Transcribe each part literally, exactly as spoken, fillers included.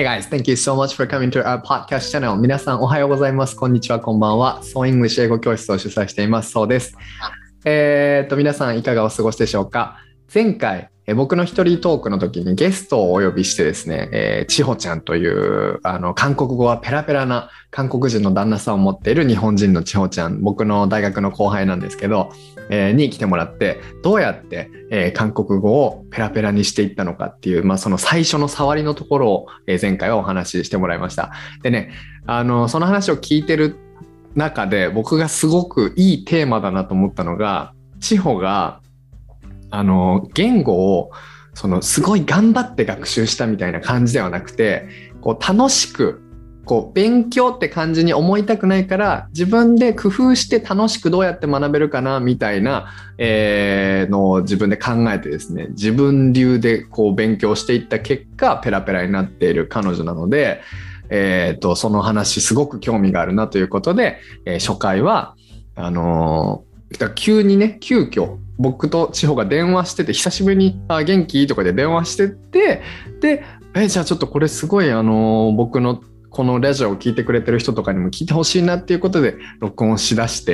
Hey guys, thank you so much for coming to our podcast channel. 皆さんおはようございます。こんにちは、こんばんは。So English 英語教室を主催しています。そうです。えー、っと、皆さんいかがお過ごしでしょうか。前回、え僕の一人トークの時にゲストをお呼びしてですね、えー、千穂ちゃんというあの韓国語はペラペラな韓国人の旦那さんを持っている日本人の千穂ちゃん、僕の大学の後輩なんですけど、えー、に来てもらって、どうやって、えー、韓国語をペラペラにしていったのかっていう、まあ、その最初の触りのところを、えー、前回はお話ししてもらいました。でね、あのその話を聞いてる中で僕がすごくいいテーマだなと思ったのが、千穂があの言語をそのすごい頑張って学習したみたいな感じではなくて、こう楽しくこう勉強って感じに思いたくないから、自分で工夫して楽しくどうやって学べるかなみたいな、えー、のを自分で考えてですね、自分流でこう勉強していった結果ペラペラになっている彼女なので、えー、とその話すごく興味があるなということで、えー、初回はあのー、だ急にね急遽僕と千穂が電話してて、久しぶりにあ元気とかで電話してて、でえじゃあちょっとこれすごいあのー、僕のこのラジオを聞いてくれてる人とかにも聞いてほしいなっていうことで録音しだして、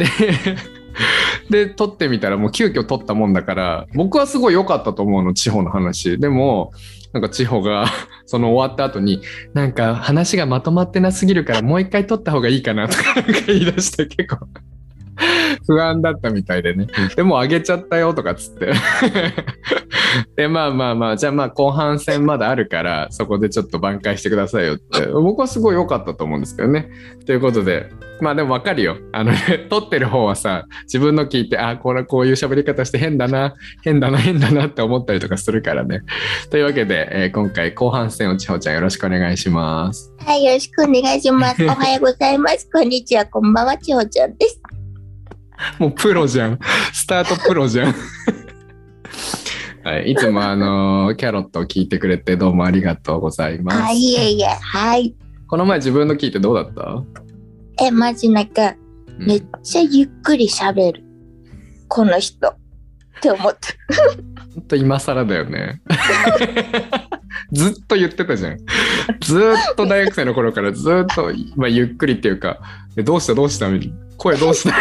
でで撮ってみたらもう急遽撮ったもんだから、僕はすごい良かったと思うの、千穂の話。でもなんか千穂がその終わった後に、なんか話がまとまってなすぎるからもう一回撮った方がいいかなとかなんか言い出して、結構不安だったみたいでね。でもあげちゃったよとかっつってでまあまあまあ、じゃあまあ後半戦まだあるからそこでちょっと挽回してくださいよって、僕はすごい良かったと思うんですけどね。ということで、まあでも分かるよ、あのね撮ってる方はさ、自分の聞いて、あこれこういう喋り方して変だな変だな変だなって思ったりとかするからね。というわけで、えー、今回後半戦を千穂ちゃんよろしくお願いします。 はい、よろしくお願いします。おはようございます。こんにちは、こんばんは、千穂ちゃんです。 もうプロじゃん、スタートプロじゃんはい、いつもあのキャロットを聞いてくれてどうもありがとうございます。 はい、いえいえ、はい。 この前自分の聞いてどうだった？ え、マジなんか、うん、めっちゃゆっくり喋る、この人って思った。 ほんと今更だよねずっと言ってたじゃん。ずっと大学生の頃からずっと、まあ、ゆっくりっていうか、どうしたどうした声どうした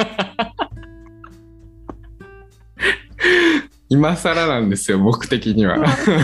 今更なんですよ、僕的には。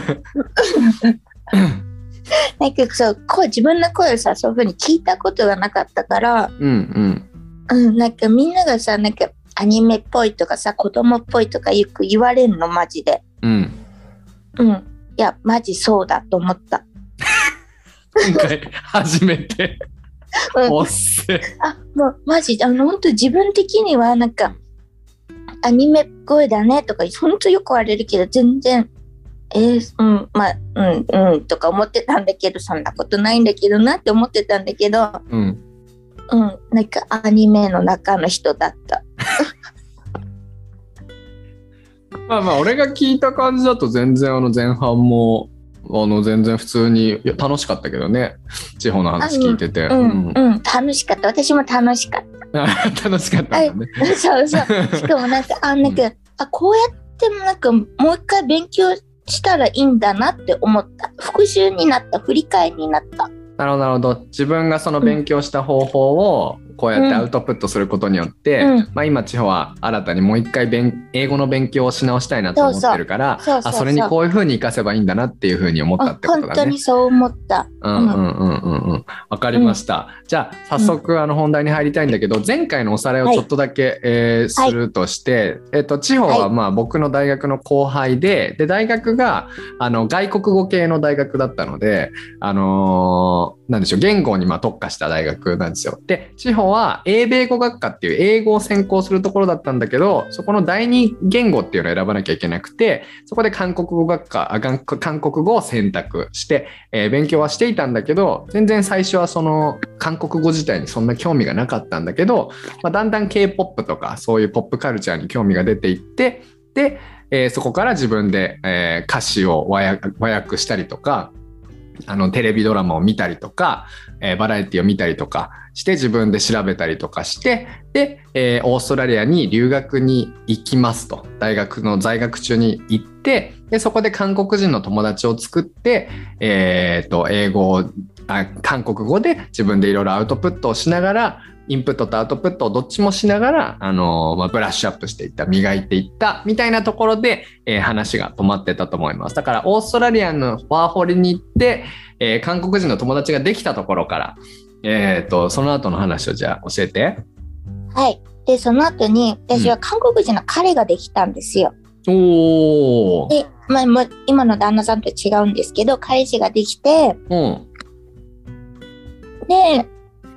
なんかそう声、自分の声をさ、そういう風に聞いたことがなかったから、 うんうん、 うん、なんかみんながさ、なんかアニメっぽいとかさ、子供っぽいとかよく言われるの、マジで。 うん。 うん。いや、マジそうだと思った。 今回初めて。 うん、 おっせ。 あ、もうマジ、あの本当自分的にはなんかアニメっぽいだねとか本当よく言われるけど、全然えー、うんまあうんうんとか思ってたんだけど、そんなことないんだけどなって思ってたんだけど、 うんうん、なんかアニメの中の人だったまあまあ俺が聞いた感じだと全然あの前半もあの全然普通に楽しかったけどね、千穂の話聞いてて。 うん、うんうん、楽しかった。私も楽しかった楽しかったんだね。 そうそう。しかもなんかあなんか、うん、あこうやってもなんかもう一回勉強したらいいんだなって思った。復習になった、振り返りになった。 なるほどなるほど。自分がその勉強した方法をこうやってアウトプットすることによって、うん、まあ今千穂は新たにもう一回勉英語の勉強をし直したいなと思ってるから、あそれにこういう風に活かせばいいんだなっていう風に思ったってことだね。 本当にそう思った。 うんうんうんうんうん。わかりました。うん、じゃあ早速あの本題に入りたいんだけど、前回のおさらいをちょっとだけ、はいえー、するとして、はい、えっと千穂はまあ僕の大学の後輩で、で大学があの外国語系の大学だったので、あのー、なんでしょう、言語にまあ特化した大学なんですよ。で千穂は英米語学科っていう英語を専攻するところだったんだけど、そこの第二言語っていうのを選ばなきゃいけなくて、そこで韓国語学科、あ韓国語を選択して、えー、勉強はしていたんだけど、全然最初はその韓国語自体にそんな興味がなかったんだけど、まあ、だんだん K-ポップ とかそういうポップカルチャーに興味が出ていって、で、えー、そこから自分で、えー、歌詞を和訳、和訳したりとか、あのテレビドラマを見たりとか、えー、バラエティを見たりとかして自分で調べたりとかしてで、えーオーストラリアに留学に行きますと大学の在学中に行ってでそこで韓国人の友達を作って、えー、と英語をあ韓国語で自分でいろいろアウトプットをしながらインプットとアウトプットをどっちもしながら、あのーまあ、ブラッシュアップしていった磨いていったみたいなところで、えー話が止まってたと思います。だからオーストラリアのワーホリに行って、えー韓国人の友達ができたところから、えー、とその後の話をじゃあ教えて。 はい。で、その後に私は韓国人の彼ができたんですよ。 おー。 で、まあ、もう今の旦那さんと違うんですけど、彼氏ができて、 うん。 で、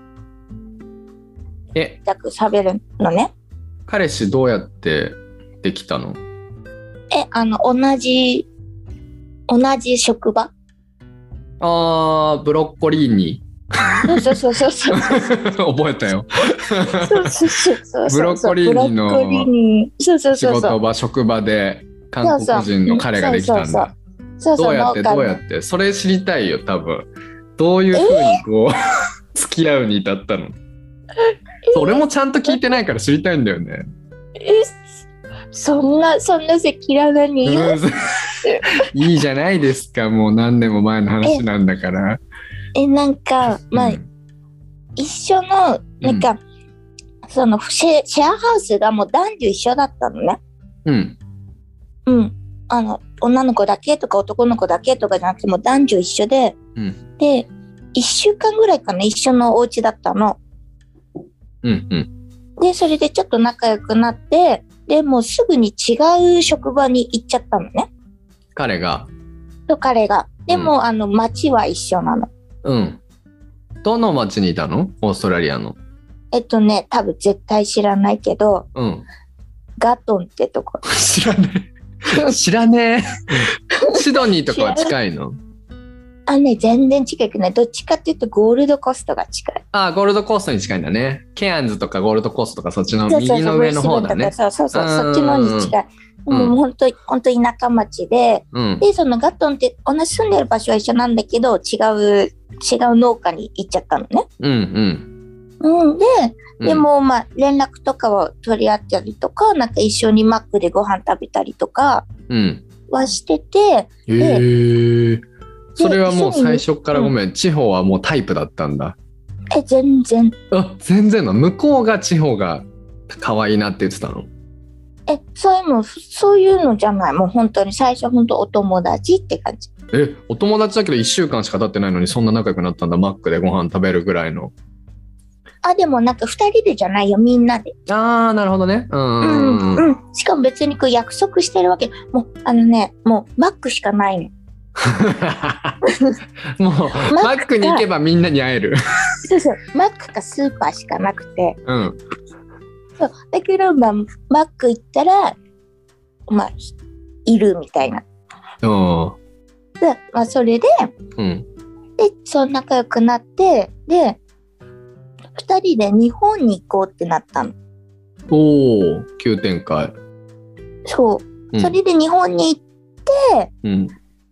え、 全く喋るのね。 彼氏どうやってできたの？ え、あの、同じ、同じ職場あー、ブロッコリーニ。 そうそうそうそう。 覚えたよ。 そうそうそうそう。 ブロッコリーニのブロッコリーニそうそう仕そうそう。 事場、職場で韓国人の彼ができたんだ。 そうそうどうやって農家のどうやってそれ知りたいよ多分。どういうふうにこう、付き合うに至ったの？そう俺もちゃんと聞いてないから知りたいんだよね。 え、そんな、そんな赤裸々に言う、 うんいいじゃないですか。もう何年も前の話なんだから。 え、なんか、まあ、 うん一緒の、なんか、そのシェ、シェアハウスがもう男女一緒だったのね。 うんうん。あの、女の子だけとか男の子だけとかじゃなくて、もう男女一緒で、 うんで、一週間ぐらいかな、一緒のお家だったの。 うんうんで、それでちょっと仲良くなって、で、もうすぐに違う職場に行っちゃったのね。 彼が。 と、彼が。でも、 うんあの、町は一緒なの。 うんどの町にいたの？オーストラリアの。 えっとね、多分絶対知らないけど、 うんガトンってとこ。 知らねえ知らねえシドニーとかは近いの？ あ、ね、全然近くない。どっちかっていうとゴールドコーストが近い。 あ、ゴールドコーストに近いんだね。ケアンズとかゴールドコーストとかそっちのそうそうそう右の上の方だね。 そうそうそう、 うんそっちの方に近い。 うんもう本当、本当田舎町で、 うんで、そのガトンって同じ住んでる場所は一緒なんだけど、違う、違う農家に行っちゃったのね。 うんうんうん、で、 うんでもまあ連絡とかを取り合ったりとか、なんか一緒にマックでご飯食べたりとかうんはしてて、 へえ。それはもう一緒に最初からごめん、地方はもうタイプだったんだ。 え、全然。 あ、全然の向こうが地方が可愛いなって言ってたの？ え、そういうの、そういうのじゃない。もう本当に最初本当お友達って感じ。 え、お友達だけどいっしゅうかんしか経ってないのにそんな仲良くなったんだ。マックでご飯食べるぐらいの。 あ、でもなんか二人でじゃないよ、みんなで。 ああ、なるほどね。うんううんん、 うん。 うん。しかも別にこう約束してるわけ。もう、あのね、もうマックしかないの。 もうマックに行けばみんなに会える。 そうそう、マックかスーパーしかなくて。 うん。 そう。だけど、まあ、マック行ったら、まあ、いるみたいな。 うん。 で、まあ、それで、 うん。 で、そう仲良くなって、で、二人で日本に行こうってなったの。 おお、急展開。 そう。 うんそれで日本に行って、 うん。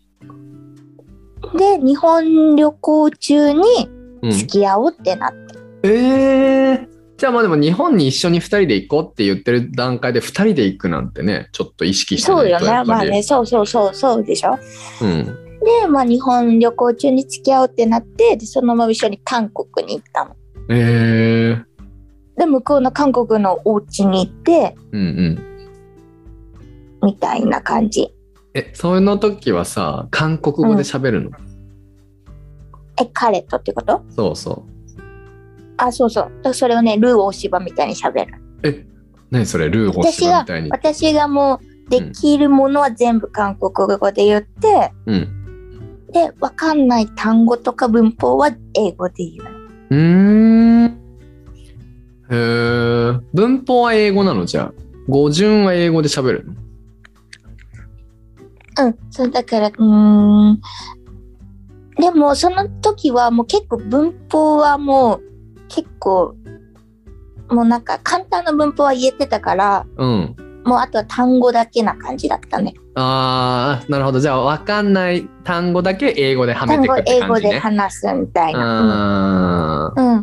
で、日本旅行中にうん付き合おうってなった。 えー、じゃあまあでも日本に一緒にふたりで行こうって言ってる段階でふたりで行くなんてねちょっと意識してないとそうよね。 やっぱり。 まあね、そうそうそう、そうでしょ。 うんで、まあ日本旅行中に付き合おうってなって、で、そのまま一緒に韓国に行ったの。 えー、 で、向こうの韓国のお家に行って、 うんうんみたいな感じ。 えその時はさ韓国語で喋るの？ え、彼とってこと？ そうそあ、そうそう。だからそれをね、ルー大芝みたいに喋る。 う。え何それルー星私がみたいに。 私がもうできるものは全部韓国語で言って、 うん。 で、わかんない単語とか文法は英語で言う。 うーん。へー文法は英語なの？じゃあ語順は英語で喋るの？ うん、そうだから、うーん。でも、その時はもう結構文法はもう結構、もうなんか簡単な文法は言えてたから、 うん。 もうあとは単語だけな感じだったね。 あーなるほど。じゃあ分かんない単語だけ英語ではめ単語ていくって英語感じね。 で話すみたいな。 あーうん。うん。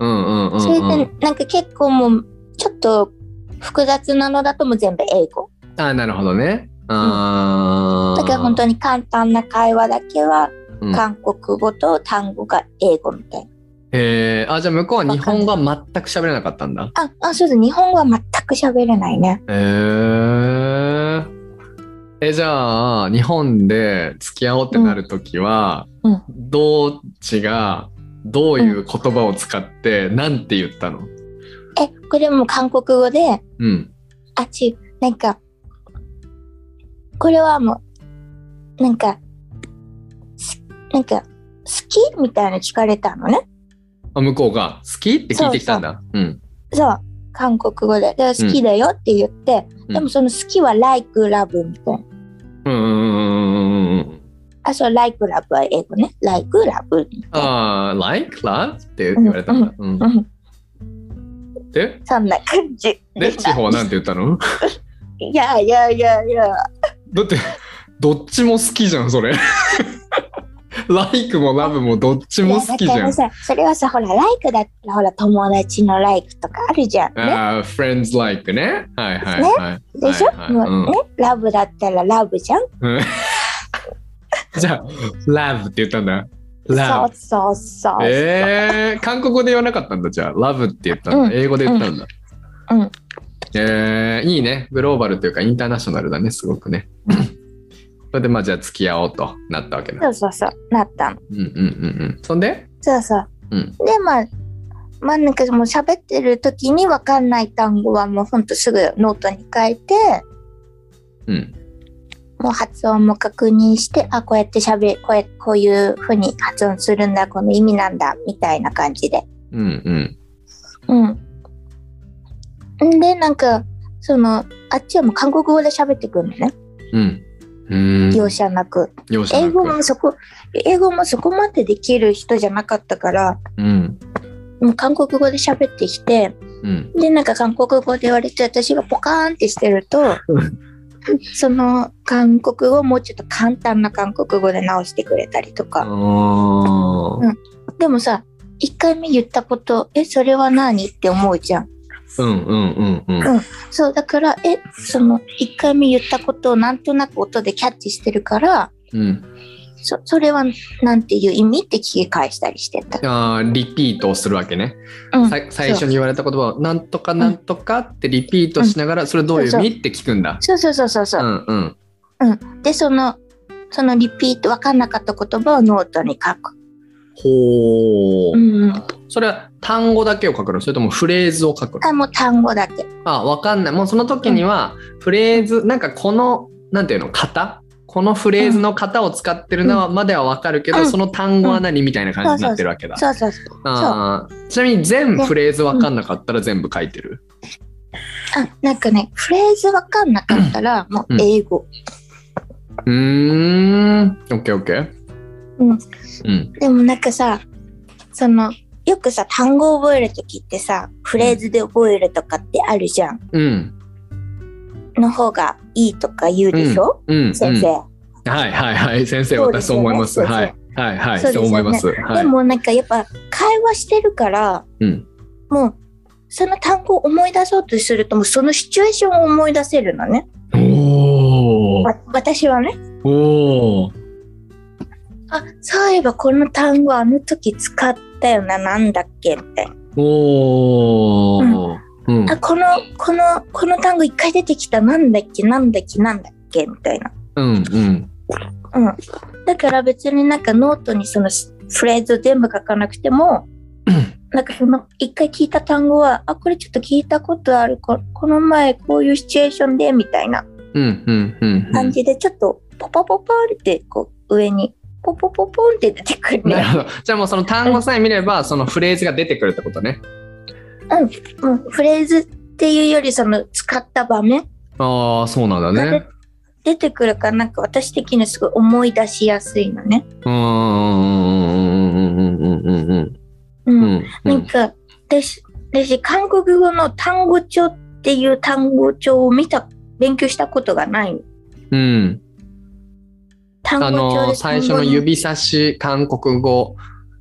うんうんうんうん、 それでなんか結構もうちょっと複雑なのだともう全部英語。 あ、なるほどね。あ、 だから本当に簡単な会話だけはうん、 韓国語と単語が英語みたいな。 へえ、あ、じゃあ向こうは日本語は全く喋れなかったんだ。 あ、あ、そうです。日本語は全く喋れないね。 へえ。え、じゃあ日本で付き合おうってなるときは、 うんうん、 どっちがどういう言葉を使ってなんて言ったの？ え、これも韓国語で、 うん。 あ、ちゅ、なんか、これはもう、なんか、なんか、好きみたいな聞かれたのね。 あ、向こうが好きって聞いてきたんだ。うん。 そう、韓国語で。で好きだよって言って、うん、でもその好きは like love みたいな。 うんうんうんうん。 あ、そう、like love は英語ね。like love みたいな。 ああ、like love って言われたんだ。うん。うんうん、でそんな感じ。 で、地方はなんて言ったの？ いやいやいやいや。 だって、どっちも好きじゃん、それ。like も love もどっちも好きじゃん。 さそれはさ、ほら、like だったら、ほら、友達の like とかあるじゃん。ね、 ああ、friends like ね。はいはいはい。 ね、でしょ、はいはい、もうね、うん、love だったら love じゃん。 じゃあ、love って言ったんだ。love。 そうそうそう。 えー、韓国語で言わなかったんだ、じゃあ。love って言ったんだ。うん、英語で言ったんだ。 うん。うん、 えー、いいね。グローバルというかインターナショナルだね、すごくね。それでまあじゃあ付き合おうとなったわけだ。 そうそうそう、なったの。 うんうんうんうん。そんで？ そうそう。 うん、 でまあまあなんかもう喋ってる時に分かんない単語はもうほんとすぐノートに書いて、 うん、 もう発音も確認して、あこうやって喋こうやこういう風に発音するんだ、この意味なんだみたいな感じで。 うんうん。 うん。でなんかそのあっちはもう韓国語で喋ってくるのね。 うん。 容赦なく。 容赦なく。 英語もそこ英語もそこまでできる人じゃなかったから、 うん、 もう韓国語で喋ってきて、うん、でなんか韓国語で言われて私がポカーンってしてるとその韓国語をもうちょっと簡単な韓国語で直してくれたりとか、うん、でもさいっかいめ言ったことえそれは何って思うじゃん。 うんうんうんうん、 うん、そうだからえそのいっかいめ言ったことをなんとなく音でキャッチしてるから、 うん、 そ, それはなんていう意味って聞き返したりしてた。 あリピートをするわけね、うん、最初に言われた言葉をなんとかなんとかってリピートしながら、うん、それどういう意味って聞くんだ。 そうそうそうそうそう、 うんうんうん、でそのそのリピート分かんなかった言葉をノートに書く。 ほー、 うん、 それは単語だけを書くのそれともフレーズを書くの？ あもう単語だけ。 あ分かんないもうその時にはフレーズ、うん、なんかこのなんていうの型このフレーズの型を使ってるのまでは分かるけど、うん、その単語は何、うん、みたいな感じになってるわけだ。 そうそうそうそう。 あちなみに全フレーズ分かんなかったら全部書いてる？ あなんかねフレーズ分かんなかったらもう英語。 うーん オッケーオッケー。 うんうん、でもなんかさそのよくさ単語を覚えるときってさフレーズで覚えるとかってあるじゃん、 うん、 の方がいいとか言うでしょ、 うんうん、 先生、うん、 はいはいはい先生私そう思います。はいはいはいそう思います、はい、 でもなんかやっぱ会話してるから、うん、もうその単語を思い出そうとするともうそのシチュエーションを思い出せるのね。 おー私はねおーあそういえばこの単語あの時使ったよななんだっけみたいな。 おー、 うんうん、あこのこのこの単語一回出てきたなんだっけなんだっけなんだっけみたいな。 うんうんうんだから別になんかノートにそのフレーズを全部書かなくても、うん、なんかその一回聞いた単語はあこれちょっと聞いたことある こ, この前こういうシチュエーションでみたいな感じでちょっとポポポポンってこう上にポポポポンって出てくるね。 なるほど。じゃあもうその単語さえ見れば、うん、そのフレーズが出てくるってことね。 うん、うん、フレーズっていうよりその使った場面。 ああ、そうなんだね。 出てくるからなんか私的にすごい思い出しやすいのね。 うんうんうんうんうんうんうん。なんか私私韓国語の単語帳っていう単語帳を見た勉強したことがない。 うん。あの最初の指差し韓国語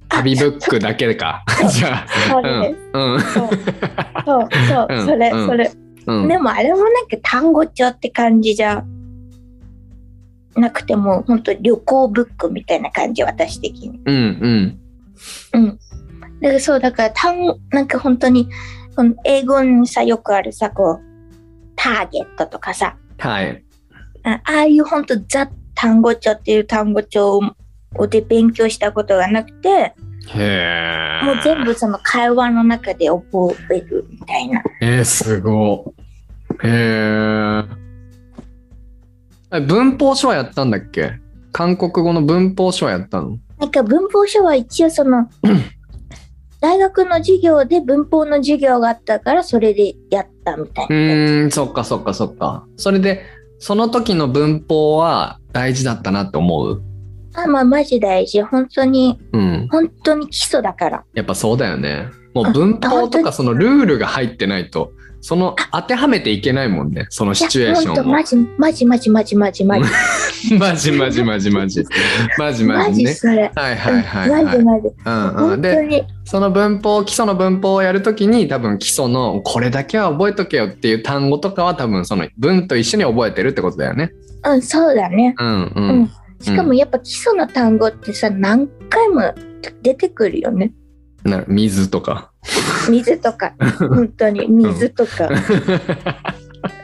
旅ブックだけか。じゃあ。 そうです。 うん。うん。 そうそうそう、 うんそれ、 うんそれ。 うん、 でもあれもなんか単語帳って感じじゃなくても本当旅行ブックみたいな感じ、私的に。 うんうんうんだからそうだから単なんか本当にこの英語にさよくあるさこうターゲットとかさ、 はい、 あああいう本当ザ単語帳っていう単語帳で勉強したことがなくて、 へもう全部その会話の中で覚えるみたいな。 えー、すごい。へえ。文法書はやったんだっけ？韓国語の文法書はやったの？ なんか文法書は一応その大学の授業で文法の授業があったからそれでやったみたいな。 うーん、そっかそっかそっか。それでその時の文法は大事だったなって思う？ あ、まあマジ大事。本当に、 うん、 本当に基礎だから。 やっぱそうだよね。もう文法とかそのルールが入ってないとその当てはめていけないもんね、そのシチュエーションを。 マジマジマジマジマジマジマジマジマジマジマジマジね。 それ。 はいはいはい、はい、 マジマジ。 うんうん、でその文法基礎の文法をやるときに多分基礎のこれだけは覚えとけよっていう単語とかは多分その文と一緒に覚えてるってことだよね。 うん、そうだね。 うんうん、 うん、しかもやっぱ基礎の単語ってさ何回も出てくるよね。 な水とか水とか本当に水とか、うん、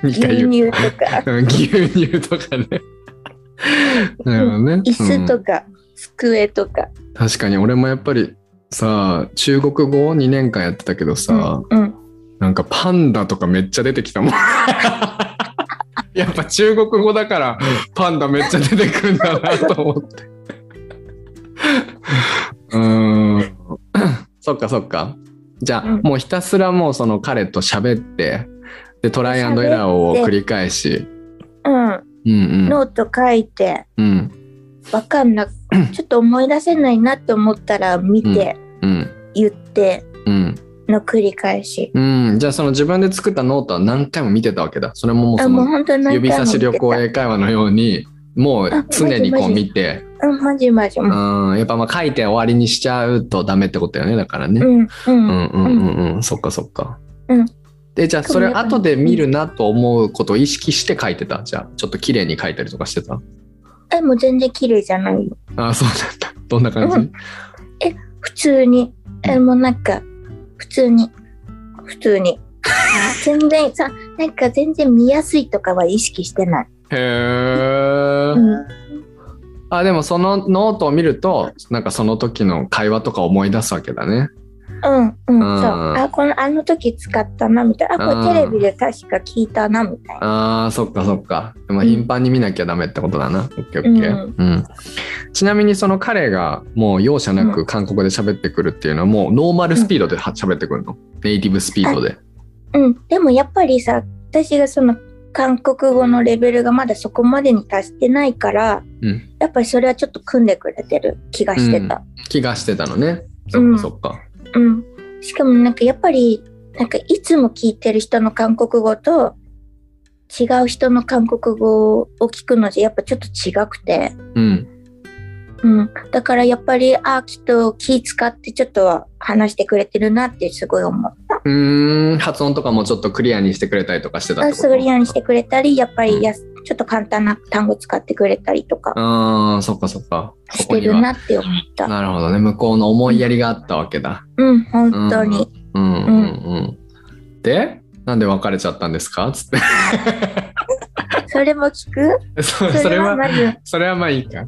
牛乳とか牛乳とかねなるほどね、 椅子とか、うん、机とか。確かに俺もやっぱりさ中国語をにねんかんやってたけどさ、 うんうん、 なんかパンダとかめっちゃ出てきたもんやっぱ中国語だからパンダめっちゃ出てくるんだなと思ってうーんそっかそっか。じゃあ、うん、もうひたすらもうその彼と喋ってでトライアンドエラーを繰り返し、 うんうんうん、ノート書いて、うん、わかんなちょっと思い出せないなって思ったら見て、うん、言っての繰り返し、 うんうん、じゃあその自分で作ったノートは何回も見てたわけだ。それももうその指差し旅行英会話のようにもう常にこう見て、 うん、マジマジ。 うん、やっぱまあ書いて終わりにしちゃうとダメってことだよね。だからね。 うんうんうんうんうんうん。そっかそっか。 うん。 でじゃあそれ後で見るなと思うことを意識して書いてた。じゃあちょっと綺麗に書いたりとかしてた。 えもう全然綺麗じゃないよ。 あ、そうなんだ。どんな感じ？うん、 え普通にえもうなんか普通に普通に全然さなんか全然見やすいとかは意識してない。 へー、うん、あでもそのノートを見るとなんかその時の会話とか思い出すわけだね。 うんうん、うん、そうあこのあの時使ったなみたいな、あこれテレビで確か聞いたなみたいな。 あーそっかそっか。でも頻繁に見なきゃダメってことだな。オッケーオッケー、うん、ちなみにその彼がもう容赦なく韓国で喋ってくるっていうのはもうノーマルスピードで喋ってくるの、うん、ネイティブスピードで。 うんでもやっぱりさ私がその韓国語のレベルがまだそこまでに達してないから、うん、やっぱりそれはちょっと組んでくれてる気がしてた、 うん、気がしてたのね。そっかそっか、 うん、しかもなんかやっぱりなんかいつも聞いてる人の韓国語と違う人の韓国語を聞くのじゃやっぱちょっと違くて、うんうん、だからやっぱりあきっと気使ってちょっと話してくれてるなってすごい思った。 うーん発音とかもちょっとクリアにしてくれたりとかしてたってこと？ クリアにしてくれたりやっぱりや、うん、ちょっと簡単な単語使ってくれたりとかあそっかそっかしてるなって思った。 なるほどね。向こうの思いやりがあったわけだ。 うん、うん、本当に、 うんうんうんうん、でなんで別れちゃったんですかつってそれも聞くそ, それはそれはまあいいか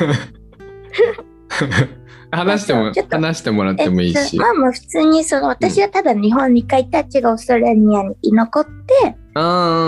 話しても話してもらってもいいし、 まあまあ普通にその私はただ日本に帰ったちがオーストラリアに居残って、うん、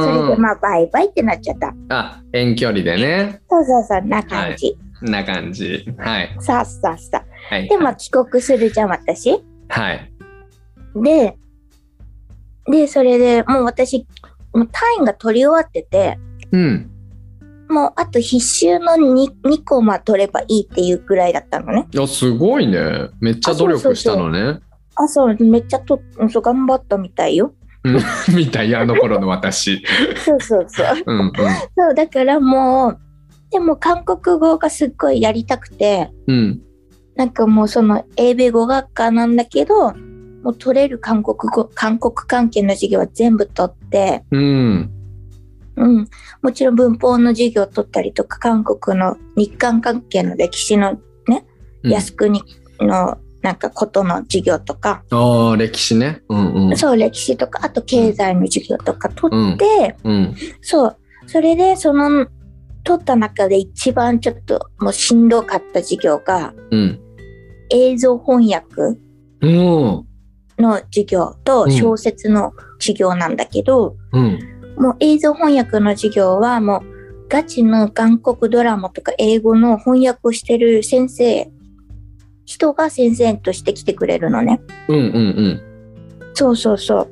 それでまあバイバイってなっちゃった。 あ遠距離でね。 そうそうそうな感じ、 はい、な感じはいさあさあさあ、はい、でまあ帰国するじゃん私。 はいででそれでもう私もう単位が取り終わってて、うんもうあと必修の 2, 2個ま取ればいいっていうくらいだったのね。 いやすごいね。めっちゃ努力したのね。 あそうそうめっちゃとそう頑張ったみたいよみたいあの頃の私そうそうそううん、うん、そうだからもうでも韓国語がすっごいやりたくて、うん、 なんかもうその英米語学科なんだけど、もう取れる韓国語、韓国関係の授業は全部取って、 うん。 うん、もちろん文法の授業を取ったりとか、韓国の日韓関係の歴史のね、 うん、 靖国のなんかことの授業とか、 ああ、歴史ね。うんうん。 そう、歴史とか、あと経済の授業とか取って、 うんうん、 そう、それでその取った中で一番ちょっともうしんどかった授業が、 うん、 映像翻訳の授業と小説の授業なんだけど、 うん、 もう映像翻訳の授業はもうガチの韓国ドラマとか英語の翻訳をしてる先生、人が先生として来てくれるのね。 うんうんうん。 そうそうそう。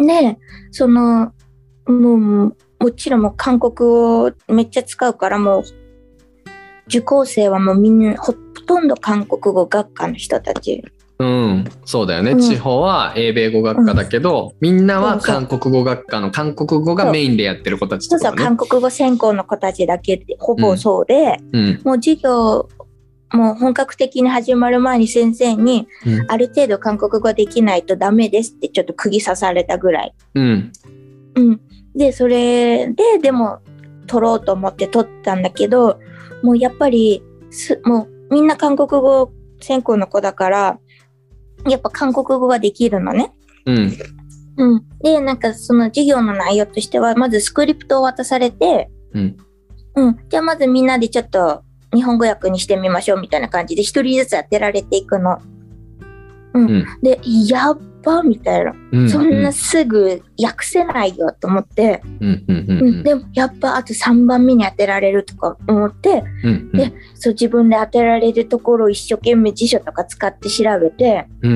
で、そのもうもちろんもう韓国語をめっちゃ使うから、もう受講生はもうみんなほとんど韓国語学科の人たち。 うん、そうだよね、 うん、 地方は英米語学科だけど、うん、みんなは韓国語学科の韓国語がメインでやってる子たちってことね。 そうそう、韓国語専攻の子たちだけでほぼそうで、 うんうん、 もう授業もう本格的に始まる前に先生に、うん、ある程度韓国語できないとダメですってちょっと釘刺されたぐらい。 うんうん、でそれででも取ろうと思って取ったんだけど、もうやっぱりすもうみんな韓国語専攻の子だからやっぱ韓国語ができるのね。 うんうん、でなんかその授業の内容としてはまずスクリプトを渡されて、 うんうん、じゃあまずみんなでちょっと日本語訳にしてみましょうみたいな感じで一人ずつ当てられていくの。うんうん、でやっばみたいな、うんうん、そんなすぐ訳せないよと思って、 うんうんうんうん、 でもやっぱあとさんばんめに当てられるとか思って、うんうん、でそう自分で当てられるところを一生懸命辞書とか使って調べて、 うんうん、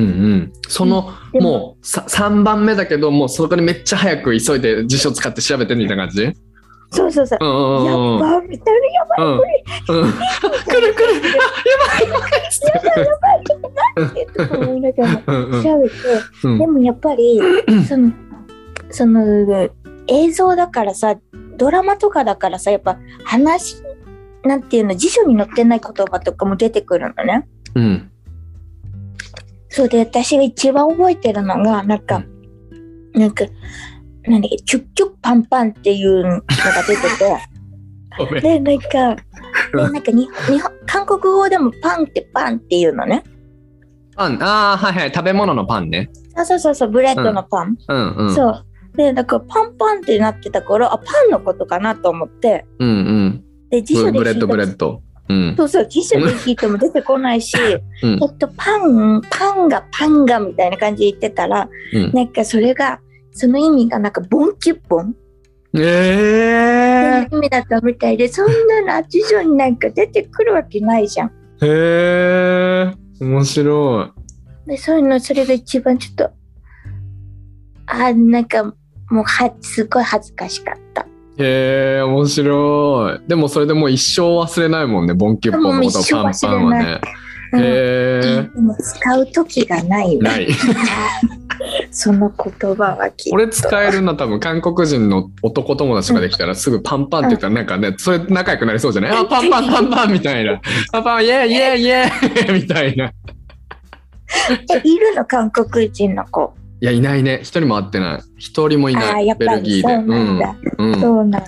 その、うん、もうさんばんめだけどもうそこにめっちゃ早く急いで辞書使って調べてみたいな感じ。 そうそうそう、うん、やっばみたいな、やばい、うん、これ、うん、 来る来る、あ、やばいやばいやばいって何って思いながら調べて、うん、でもやっぱりそのその映像だからさ、ドラマとかだからさ、やっぱ話なんていうの、辞書に載ってない言葉とかも出てくるのね。 うん。 そうで私が一番覚えてるのがなんか、うん、なんかなんだっけ、チュッチュッパンパンっていうのが出ててでなんかでなんかに日本韓国語でもパンってパンっていうのね。 パン、ああはいはい、食べ物のパンね。 あ、そうそうそう、ブレッドのパン、 うんうんうん、 そうでだからパンパンってなってたから、あ、パンのことかなと思って、 うんうん、 で辞書でブレッドブレッド、うん、 そうそう辞書で聞いても出てこないし、うん、えっとパンパンがパンがみたいな感じで言ってたら、うん、なんかそれがその意味がなんかボンキュッボン、 えー、 っていう意味だったみたいで、そんなの辞書になんか出てくるわけないじゃん。 へー、面白い。でそういうの、それが一番ちょっとあなんかもうはすごい恥ずかしかった。 へー、面白い。でもそれでもう一生忘れないもんね、ボンキュッポンのことパンパンはね。へー、 でも使う時がないわ。 ないその言葉はきっと俺使えるな、多分韓国人の男友達ができたらすぐパンパンって言ったらなんかね、それ仲良くなりそうじゃない？あ、パンパンパンパンみたいな、パンパンイエーイエーイイエーイみたいな。 え、いるの韓国人の子？ いや、いないね、一人も会ってない、一人もいない。 あ、やっぱりそうなんだ、 うんうん、 そうなんだ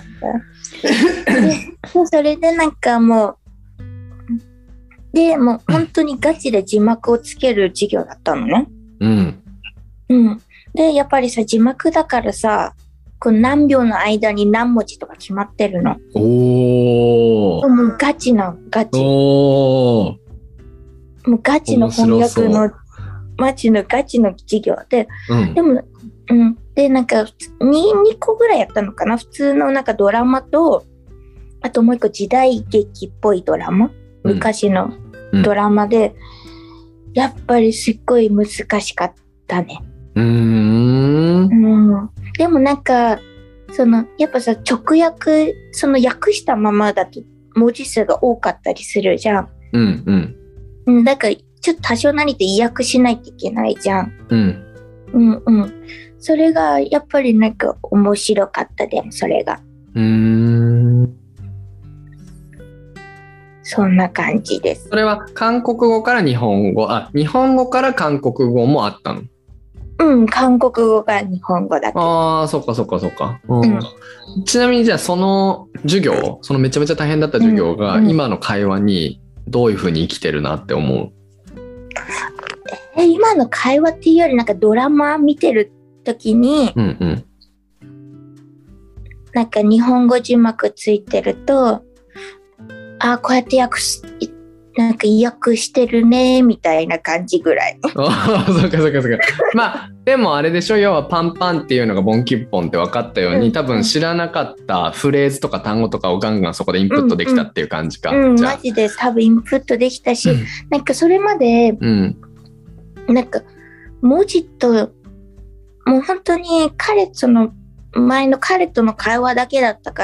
それでなんかもうでもう本当にガチで字幕をつける授業だったのね。 うんうん、でやっぱりさ、字幕だからさ、こう何秒の間に何文字とか決まってるの。 おー、 もうガチのガチ、 おー、 もうガチの翻訳のマジのガチの授業で、うん、でも、うん、でなんか 2, 2個ぐらいやったのかな、普通のなんかドラマと、あともう一個時代劇っぽいドラマ、うん、昔のドラマで、うん、やっぱりすっごい難しかったね。 うーん、 うん、でもなんかそのやっぱさ、直訳、その訳したままだと文字数が多かったりするじゃん。 うんうん、 だからちょっと多少なりと意訳しないといけないじゃん。 うん、 うんうん。それがやっぱりなんか面白かった。でもそれが。 うーん。 そんな感じです。 それは韓国語から日本語、あ、日本語から韓国語もあったの？ うん、韓国語が日本語だけ。 ああ、そっかそっかそっか。うんうんちなみにじゃあその授業、そのめちゃめちゃ大変だった授業がうんうん今の会話にどういう風に生きてるなって思う？ え今の会話っていうよりなんかドラマ見てる時に、 うんうん。 なんか日本語字幕ついてると、あこうやって訳すなんか訳してるねみたいな感じぐらい。 ああ、そっかそっかそっか。まあでもあれでしょ、要はパンパンっていうのがボンキッポンって分かったように、 うん多分知らなかったフレーズとか単語とかをガンガンそこでインプットできたっていう感じか。 うん、 じゃあマジで多分インプットできたし、 うんなんかそれまでうんなんか文字ともう本当に彼との前の彼との会話だけだったから、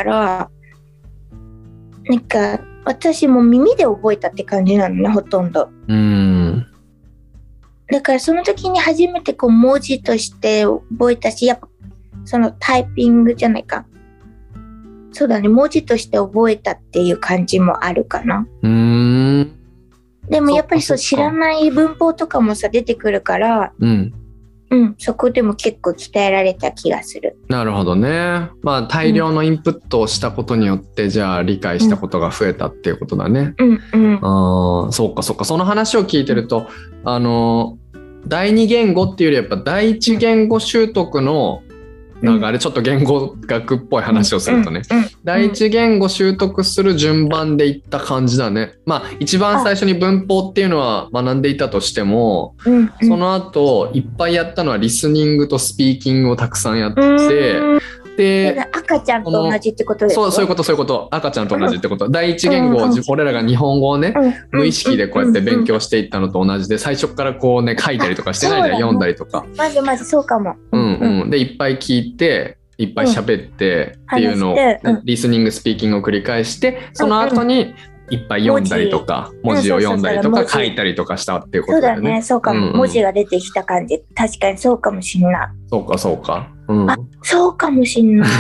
なんか私も耳で覚えたって感じなのね、ほとんど。 うんだからその時に初めてこう文字として覚えたし、やっぱそのタイピングじゃないか、そうだね、文字として覚えたっていう感じもあるかな。 うーんでもやっぱりそうそっかそっか知らない文法とかもさ出てくるから、 うんうん、そこでも結構鍛えられた気がする。 なるほどね。まあ大量のインプットをしたことによって、じゃあ理解したことが増えたっていうことだね。 うんうん。 ああ、そうかそうか。その話を聞いてると、あの第二言語っていうよりやっぱ第一言語習得の流れ、ちょっと言語学っぽい話をするとね、 うんうんうん、 第一言語習得する順番でいった感じだね。まあ一番最初に文法っていうのは学んでいたとしても、 うんうん、 その後いっぱいやったのはリスニングとスピーキングをたくさんやって、で赤ちゃんと同じってことですか？ そう、そういうことそういうこと赤ちゃんと同じってこと、第一言語を、 うん、 俺らが日本語をね、 うん、 無意識でこうやって勉強していったのと同じで、最初からこうね書いたりとかしてないじゃん、ね、読んだりとか。 まずまずそうかも。 うんうん。でいっぱい聞いていっぱい喋ってっていうのを、ねうん、 リスニングスピーキングを繰り返して、その後にいっぱい読んだりとか、文字を読んだりとか書いたりとかしたっていうことだよね。 そうだね、そうかも、うんうん、文字が出てきた感じ、確かにそうかもしんない。 そうかそうか、うん、 あ、そうかもしんない。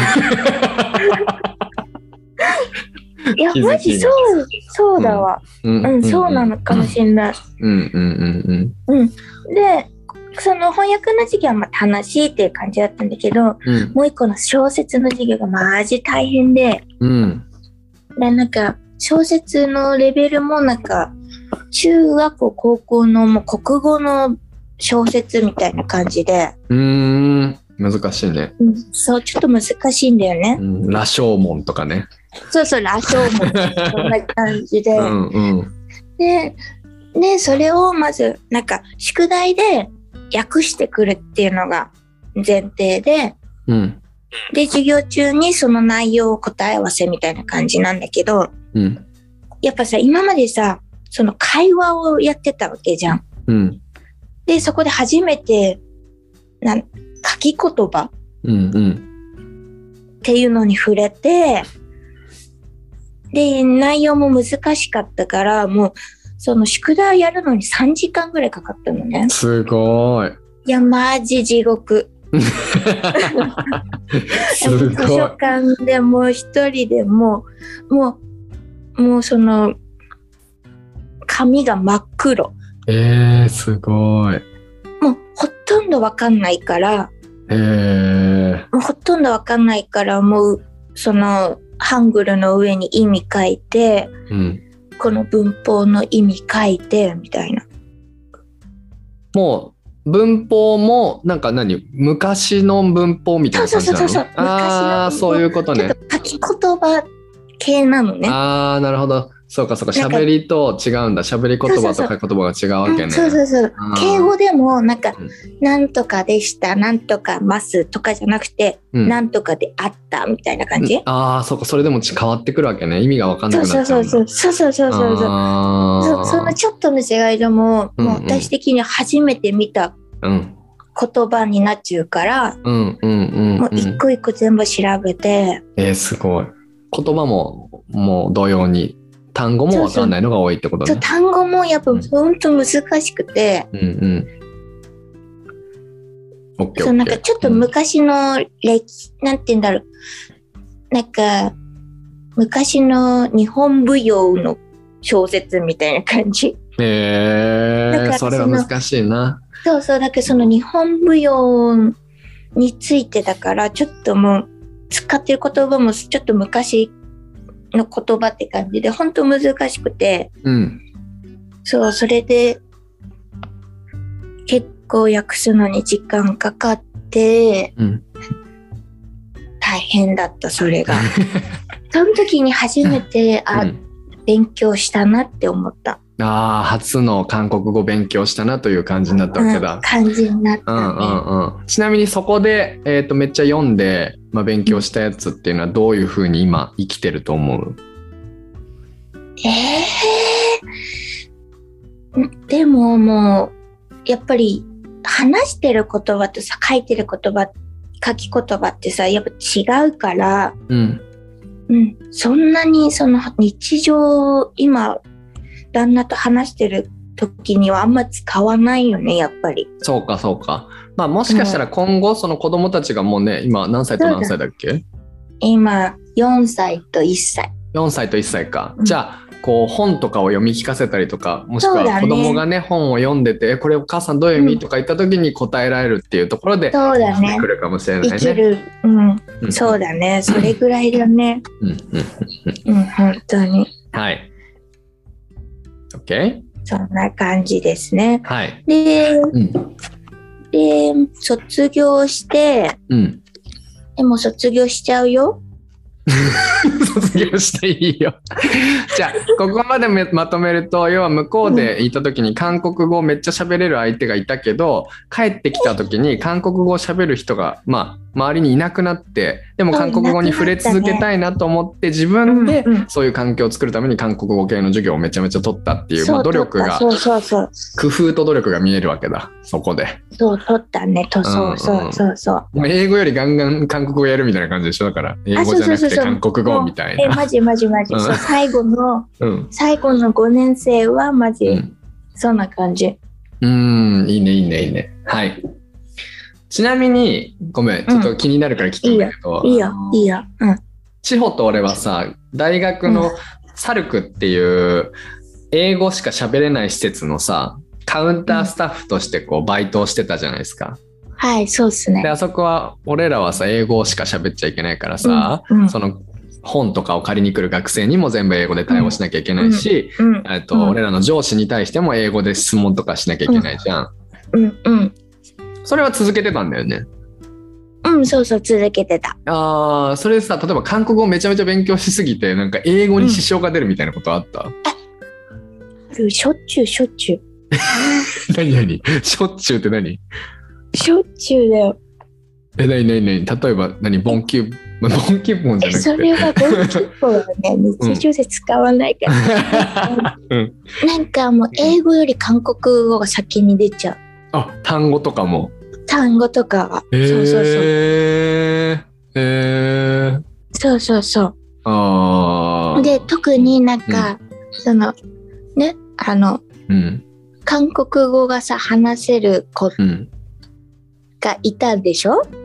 いやマジそうそうだわ、うん、うん、そうなのかもしんない。 うんうんうんうん。 うん。で、その翻訳の授業はまあ楽しいっていう感じだったんだけど、うん、もう一個の小説の授業がマジ大変で、 うん、でなんか小説のレベルもなんか中学校高校のもう国語の小説みたいな感じで、 うーん難しいね、 うん、そうちょっと難しいんだよね、 うん、羅生門とかね、 そうそう羅生門そんな感じでうん、うん、ででそれをまずなんか宿題で訳してくるっていうのが前提で、うん、で授業中にその内容を答え合わせみたいな感じなんだけど、うん、やっぱさ今までさその会話をやってたわけじゃん、うん、でそこで初めてなん書き言葉、うんうん、っていうのに触れて、で内容も難しかったからもうその宿題やるのにさんじかんぐらいかかったのね。 すごい。 いやマジ地獄。 すごい。 図書館でもう一人でもうもうもうその紙が真っ黒。 えー、すごい。 もうほとんどわかんないから。 えー、 もうほとんどわかんないからもうそのハングルの上に意味書いて。うん、この文法の意味書いてみたいな。 もう文法もなんか何昔の文法みたいな感じなの？そうそうそうそう。ああそういうことね。 ちょっと書き言葉系なのね。 ああなるほど。そうかそうか喋りと違うんだ。喋り言葉と書き言葉が違うわけね。 そうそうそう。敬語でもなんか、うん、なんとかでしたなんとかますとかじゃなくて、うん、なんとかであったみたいな感じ。 うん、ああそうかそれでも変わってくるわけね。意味が分かんなくなっちゃうんだ。 そうそうそうそうそうそうそうそ。そのちょっとの違いでも、うんうん、もう私的に初めて見た言葉になっちゃうから、うんうんうんうん、もう一個一個全部調べて。 えー、すごい。言葉ももう同様に。単語も分かんないのが多いってことね。 そうそう単語もやっぱ本当難しくて、うんうん、OK、そうなんかちょっと昔の歴史、うん、なんて言うんだろう、なんか昔の日本舞踊の小説みたいな感じ。 へえー、それは難しいな。 そうそう、だけどその日本舞踊についてだからちょっともう使ってる言葉もちょっと昔の言葉って感じで本当難しくて、 うん、 そうそれで結構訳すのに時間かかって、うん、大変だったそれが。その時に初めてあ、うん、勉強したなって思った。 ああ、初の韓国語勉強したなという感じになったわけだ。 うん、感じになったね。 うんうんうん。ちなみにそこで、えーと、めっちゃ読んで、まあ、勉強したやつっていうのはどういうふうに今生きてると思う？ えー、でももうやっぱり話してる言葉とさ書いてる言葉書き言葉ってさやっぱ違うから、 うんうん、そんなにその日常今旦那と話してる時にはあんま使わないよねやっぱり。 そうかそうか。まあもしかしたら今後その子供たちがもうね今何歳と何歳だっけ？ 今よんさいといっさい。 よんさいといっさいか、うん、じゃあこう本とかを読み聞かせたりとかもしくは子供がね本を読んでてこれお母さんどういう意味、うん、とか言った時に答えられるっていうところでそうだね来るかもしれないね。 いける、うん、うん、そうだねそれぐらいだね。 うんうんうんうん本当にはい OK そんな感じですね。 はいで、 うん、 で卒業して、 うん、 でも卒業しちゃうよ。 卒業していいよ。じゃあここまでまとめると要は向こうで行った時に韓国語をめっちゃ喋れる相手がいたけど帰ってきた時に韓国語を喋る人がまあ周りにいなくなってでも韓国語に触れ続けたいなと思って自分でそういう環境を作るために韓国語系の授業をめちゃめちゃ取ったっていう、まあ、努力がそうそうそう工夫と努力が見えるわけだそこで。 そう取ったねとそうそうそうそう。 英語よりガンガン韓国語やるみたいな感じでしょ。だから英語じゃなくて韓国語みたいな。 えマジマジマジ、うん、そう最後の、うん、最後のごねん生はマジ、うん、そんな感じ。 うーんいいねいいねいいね。はい。ちなみにごめんちょっと気になるから聞くんだけど、 うん、いいよいいよいいよ。うん。 千穂と俺はさ大学のサルクっていう英語しか喋れない施設のさカウンタースタッフとしてこうバイトをしてたじゃないですか。 はいそうですね。 であそこは俺らはさ英語しか喋っちゃいけないからさ、うんうん、その本とかを借りに来る学生にも全部英語で対応しなきゃいけないし、うんうん、と俺らの上司に対しても英語で質問とかしなきゃいけないじゃん。 うんうん、 それは続けてたんだよね。 うんそうそう続けてた。 ああそれさ例えば韓国語めちゃめちゃ勉強しすぎてなんか英語に支障が出るみたいなことあった？うん、 あるしょっちゅうしょっちゅう。 何何しょっちゅうって何？ しょっちゅうだよ。 え何何何例えば何ボンキュボンキュボンじゃなくてそれはボンキュボンはね日常で使わないから、うん、なんかもう英語より韓国語が先に出ちゃう。 あ単語とかも単語とかは、 えー、 そうそうそうえー、 そうそうそうあで特になんか、うん、そのねあの、 うん、 韓国語がさ話せる子がいたでしょ、うん、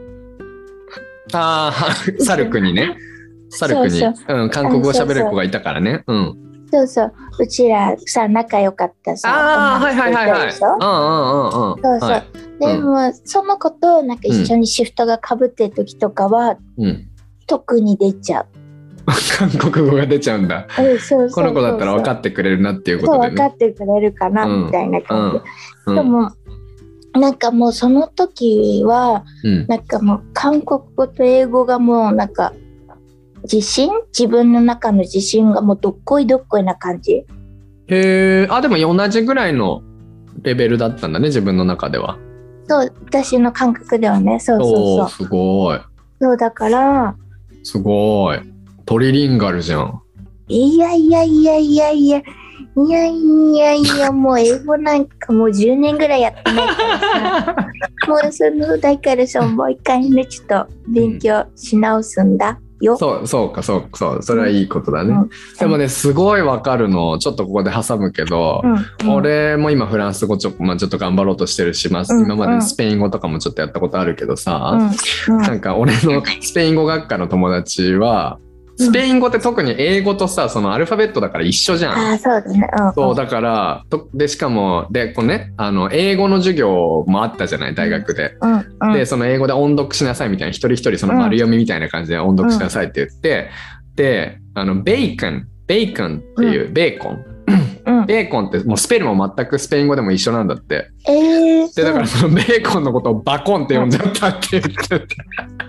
ああサルクにねサルクにそうそう、うん、韓国語喋る子がいたからね。うんそうそううちらさ仲良かったさああはいはいはいはいうんうんうんうんそうそう、はい、でも、うん、その子となんか一緒にシフトが被ってる時とかは、うん、特に出ちゃう韓国語が出ちゃうんだ、うん、そうそうそうそうこの子だったら分かってくれるなっていうことで、ね、 そう分かってくれるかな、うん、みたいな感じ、うん、でもなんかもうその時は、うん、なんかもう韓国語と英語がもうなんか自信自分の中の自信がもうどっこいどっこいな感じ。 へーあでも同じぐらいのレベルだったんだね自分の中では。 そう私の感覚ではねそうそうそう。 すごい。 そうだからすごいトリリンガルじゃん。 いやいやいやいやいやいやいやいやもう英語なんかもうじゅうねんぐらいやってないからさもうそのだからさもう一回ねちょっと勉強し直すんだ、うんよそうそうかそうそうそれはいいことだね、うん、でもねすごいわかるのちょっとここで挟むけど、うんうん、俺も今フランス語ちょ、まあ、ちょっと頑張ろうとしてるし、まあうんうん、今までスペイン語とかもちょっとやったことあるけどさ、うんうん、なんか俺のスペイン語学科の友達はスペイン語って特に英語とさ、そのアルファベットだから一緒じゃん。 ああ、そうだね。うん、 そうだからとでしかもでこうね、あの英語の授業もあったじゃない大学で、 うんうん、 でその英語で音読しなさいみたいな、一人一人その丸読みみたいな感じで音読しなさいって言って、うん、であのベーコンベーコンっていう、うん、ベーコン、うん、ベーコンってもうスペルも全くスペイン語でも一緒なんだって、 えー、 でだからそのベーコンのことをバコンって呼んじゃったって言ってて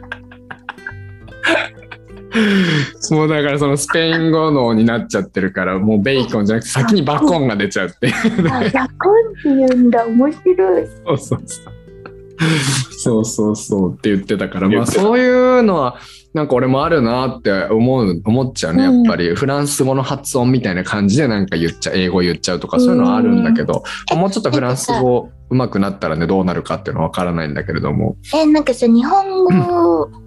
もうだからそのスペイン語のになっちゃってるから、もうベーコンじゃなくて先にバコンが出ちゃってあ、バコンって言うんだ、面白い。 そうそうそうそうそうそうって言ってたから、まあそういうのはなんか俺もあるなって思う思っちゃうね、やっぱり、うん、フランス語の発音みたいな感じでなんか言っちゃ英語言っちゃうとかそういうのはあるんだけど、もうちょっとフランス語上手くなったらねどうなるかっていうのは分からないんだけれども、 えなんかさ日本語、うん、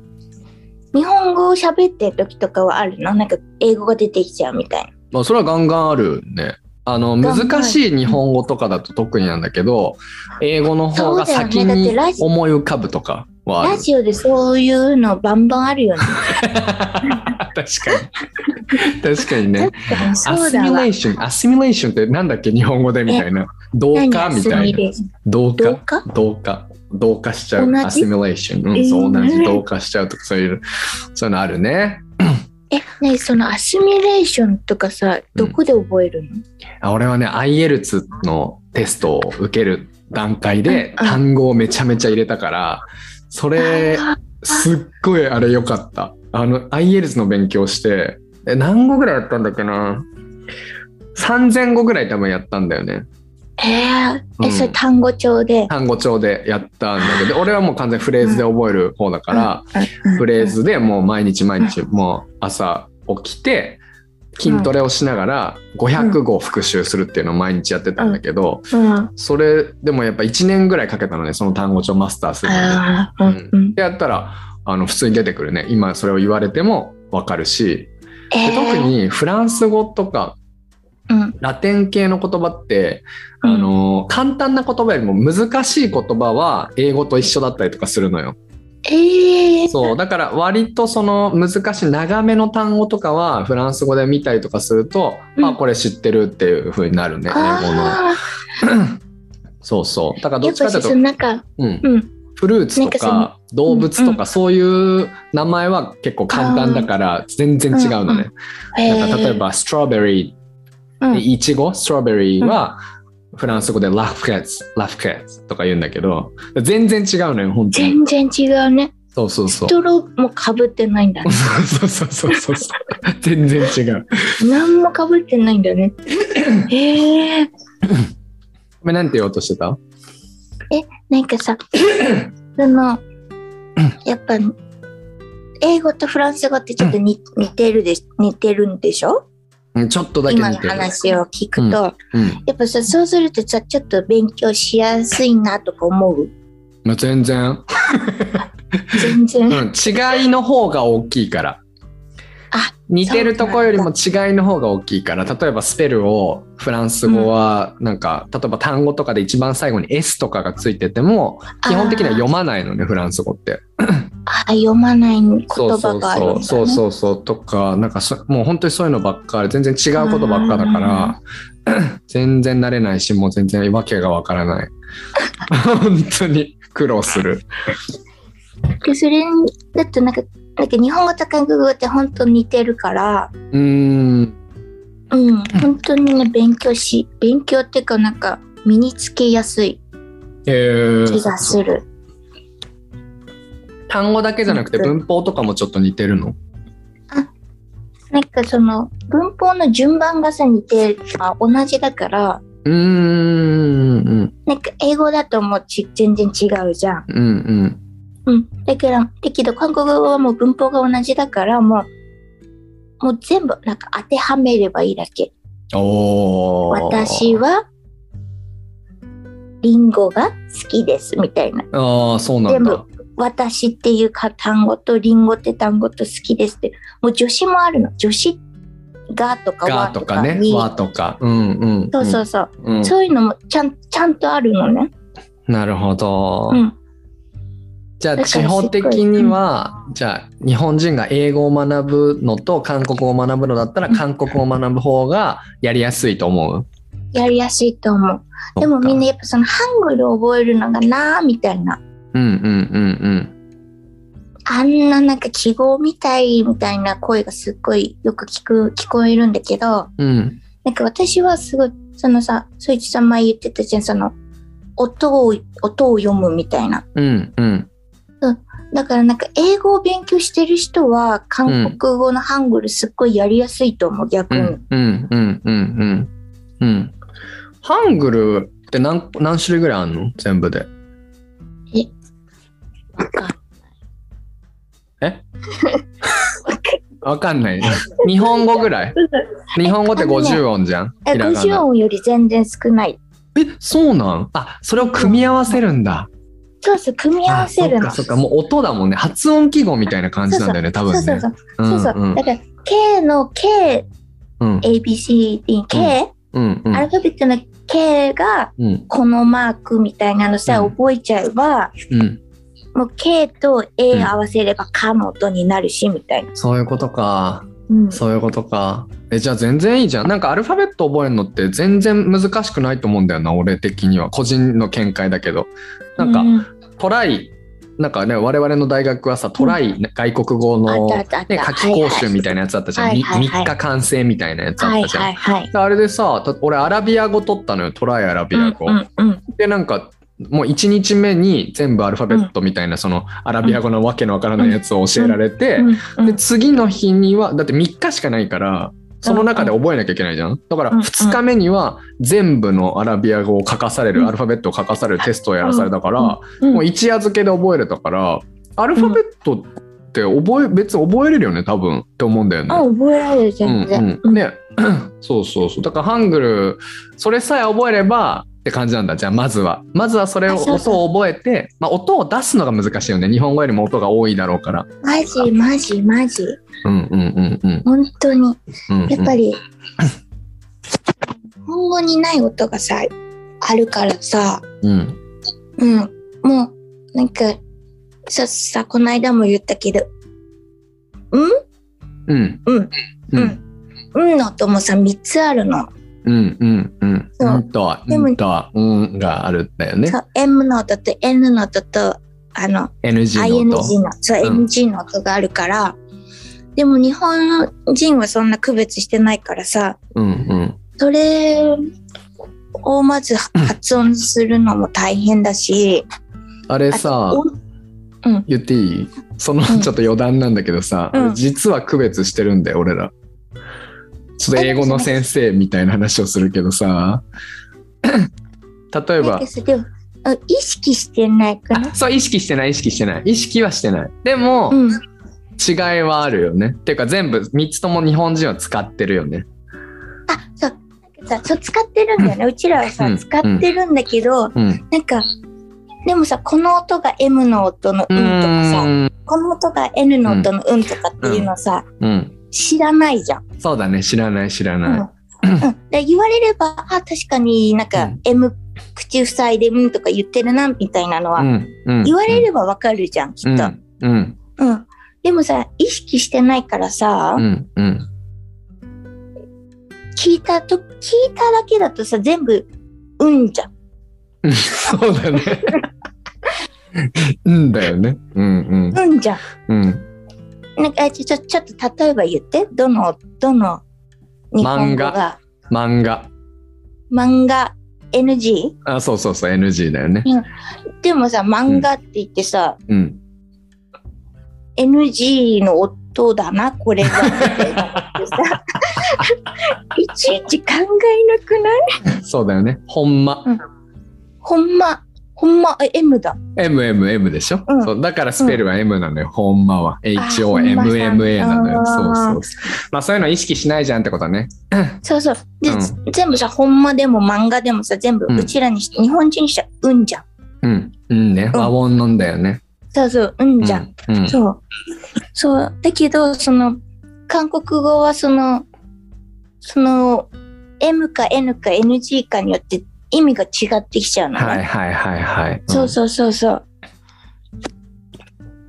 日本語を喋ってる時とかはあるの？なんか英語が出てきちゃうみたいな。 まあそれはガンガンあるね。あの難しい日本語とかだと特になんだけど、英語の方が先に思い浮かぶとかはある。 ラジオでそういうのバンバンあるよね確かに確かにね。アシミレーションアシミレーションってなんだっけ日本語でみたいな、同化みたいな、同化同化同化しちゃう、アシミレーション、うん、そう同じ同化しちゃうとかそういうそういうのあるね。 え、ね、そのアシミレーションとかさ、どこで覚えるの？うん、 あ俺はね アイエルツ のテストを受ける段階で単語をめちゃめちゃ入れたから、それすっごいあれ良かった。あの アイエルツ の勉強してえ何語ぐらいやったんだっけな、さんぜんごぐらい多分やったんだよね。 えー、え、それ単語帳で、 うん、単語帳でやったんだけど、俺はもう完全にフレーズで覚える方だから、うん、フレーズでもう毎日毎日もう朝起きて筋トレをしながらごひゃくご復習するっていうのを毎日やってたんだけど、うんうん、それでもやっぱいちねんぐらいかけたのね、その単語帳マスターするのに、うん、でやったらあの普通に出てくるね。今それを言われても分かるし、で特にフランス語とかうん、ラテン系の言葉って、うん、あの簡単な言葉よりも難しい言葉は英語と一緒だったりとかするのよ。 えー、 そうだから割とその難しい長めの単語とかはフランス語で見たりとかすると、うん、あこれ知ってるっていう風になるね、英語のそうそうだからどっちかというとなんか、うんうん、フルーツとか動物とかそういう名前は結構簡単だから全然違うのね、うんうん、なんか例えばストロベリーいちご、ストロベリーはフランス語でラフケッツ、ラフケッツとか言うんだけど、全然違うのよ、本当に。 全然違うね。 そうそうそう。 ストロもかぶってないんだね。 そうそうそうそうそう。全然違う。 何もかぶってないんだね。へえ。 ごめん、なんて言おうとしてた？ え、なんかさ、その、やっぱ、英語とフランス語ってちょっと似、似てるで、似てるんでしょ？ ちょっとだけ似てる。 今の話を聞くと、うんうん、やっぱさそうするとさちょっと勉強しやすいなとか思う？ まあ、全然全然、 うん、違いの方が大きいから。 あ似てるところよりも違いの方が大きいから、例えばスペルをフランス語はなんか、うん、例えば単語とかで一番最後に S とかがついてても基本的には読まないのね、フランス語って。 あ読まない言葉があるんだね。 そうそうそうとかなんかもう本当にそういうのばっかり、全然違うことばっかだから全然慣れないし、もう全然わけがわからない本当に苦労する。 でそれだとなんかなんか日本語と韓国語って本当に似てるから、 うーんうん本当にね勉強し勉強っていうかなんか身につけやすい気がする。 単語だけじゃなくて文法とかもちょっと似てるの？ あ、なんかその文法の順番がさ似てる、あ同じだから、 うーんなんか英語だともうち全然違うじゃん。 うんうんうん。だからだけど韓国語はもう文法が同じだからもうもう全部なんか当てはめればいいだけ。 おー。 私はリンゴが好きですみたいな。 ああそうなんだ。 全部私っていうか単語とリンゴって単語と好きですって、もう助詞もあるの。助詞がとかわとかね、わとか、うんうん、 そうそうそう、うん、そういうのもちゃんちゃんとあるのね。 なるほど。 うん。 じゃあだから地方的には、じゃあ日本人が英語を学ぶのと韓国語を学ぶのだったら韓国語を学ぶ方がやりやすいと思う。 やりやすいと思う。でもみんなやっぱそのハングルを覚えるのがなーみたいな。 うんうんうんあんななんか記号みたいみたいな声がすっごいよく聞く、聞こえるんだけど、 うんうんなんか私はすごい、そのさ、そいつさん前言ってたじゃん、その音を、音を読むみたいな。 うんうんだからなんか英語を勉強してる人は韓国語のハングルすっごいやりやすいと思う、逆に。 うんうんうんうんうんうんハングルって何何種類ぐらいあんの全部で。 えわかんえわかんない。日本語ぐらい日本語ってごじゅう音じゃん。 え、 ひらがなごじゅう音より全然少ない。 え、そうなん？あ、それを組み合わせるんだ。 そうそう、組み合わせるの。 あ、そっかそっか、もう音だもんね。発音記号みたいな感じなんだよね、多分ね。 そうそうそう。そうそう。 うんうんだから K の K、 うん A B C D、K、 うんうんアルファベットの K がうんこのマークみたいなのさ、 うん覚えちゃえば、 うんもう K と A 合わせればかの音になるし、みたいな。 そういうことか。 うん。 そういうことか。え、じゃあ全然いいじゃん。なんかアルファベット覚えるのって全然難しくないと思うんだよな、俺的には。個人の見解だけど。なんか、 うんトライ、なんかね、我々の大学はさ、トライ、外国語の、 あったあったね、 あった夏季講習みたいなやつあったじゃん。 はいはいはいみみっか完成みたいなやつあはいったじゃん。 はいはい。 あれでさ、た俺アラビア語取ったのよ、トライアラビア語。 うんうんうん。 で、なんか、もういちにちめに全部アルファベットみたいな、そのアラビア語のわけのわからないやつを教えられて、 うんうんで、次の日には、だってみっかしかないから、その中で覚えなきゃいけないじゃん。だからふつかめには全部のアラビア語を書かされる、アルファベットを書かされるテストをやらされたから、 うんもう一夜漬けで覚えれたから、アルファベットって覚え、別に覚えれるよね、多分って思うんだよね。 あ、覚えられる、全然。 うんうん、ねそうそうそう。だからハングル、それさえ覚えればって感じなんだ。じゃあまずは。まずはそれを、 あそうそう音を覚えて、まあ音を出すのが難しいよね。日本語よりも音が多いだろうから。 マジマジマジ。 うんうんうんうん。 本当に。 うんうんやっぱり、日本語にない音がさ、あるからさ、 うんうん。もう、なんか、さ、さ、この間も言ったけど、うんうんうん。 ううんん。うんの音もさ、みっつあるの。 うんうんうん。 そううんと、 でもうんと、うんがあるんだよねそ。う、M の音と N の音と、あの、 エヌジー の音。 アイエヌジー の、そう、 うんエヌジー の音があるから、でも日本人はそんな区別してないからさ、 うんうん。 それをまず発音するのも大変だし、 あれあとさ、 おうん、 言っていい？そのうんちょっと余談なんだけどさ、 うん実は区別してるんだよ、俺ら。ちょっと英語の先生みたいな話をするけどさ、例えなんばか、さでもあ意識してないかな。 そう、意識してない、意識してない。意識はしてない。でも、 うん。 違いはあるよね。っていうか全部みっつとも日本人は使ってるよね。 あ、そう。なんかさ、そう使ってるんだよね。うちらはさ、 うん使ってるんだけど、 うん。 なんか、でもさ、この音が M の音のうんとかさ、 うんこの音が N の音のうんとかっていうのさ、 うん。 知らないじゃん。 そうだね。知らない、知らない。 うんで言われれば、あ、確かになんかうん M 口塞いでうんとか言ってるな、みたいなのは、 うんうん、 言われればわかるじゃん、きっと。 うんうんうん。でもさ、意識してないからさ、 うんうん聞いたと、聞いただけだとさ、全部、うんじゃん。 うんそうだね。うんだよね。うんうんじゃん。 うんうん。 なんか、ちょ、ちょっと例えば言って、どの、どの日本語が、 漫画。 漫画 エヌジあ、そうそうそう、エヌジー だよね。 ー でもさ、漫画って言ってさ、 うん。 エヌジー の音だな、これが。ってなってさいちいち考えなくない？ そうだよね。ほんま。 ほんま、ほんま、え M だ。 エムエムエム でしょ、 うんそう。だからスペルは M なのよ。ほんまは。エイチオーエムエムエー なのよ。そうそうそう。まあそういうの意識しないじゃんってことね。 そうそう。で、 う全部さ、ほんまでも漫画でもさ、全部うんうちらにし、日本人にしちゃうんじゃん。 うん。うんね。 うん和音なんだよね。 そうそう、うんじゃん。 うん。うんそう。そう。だけど、その、韓国語はその、その、M か N か エヌジー かによって意味が違ってきちゃうのね。 はいはいはいはい。 そうそうそうそう。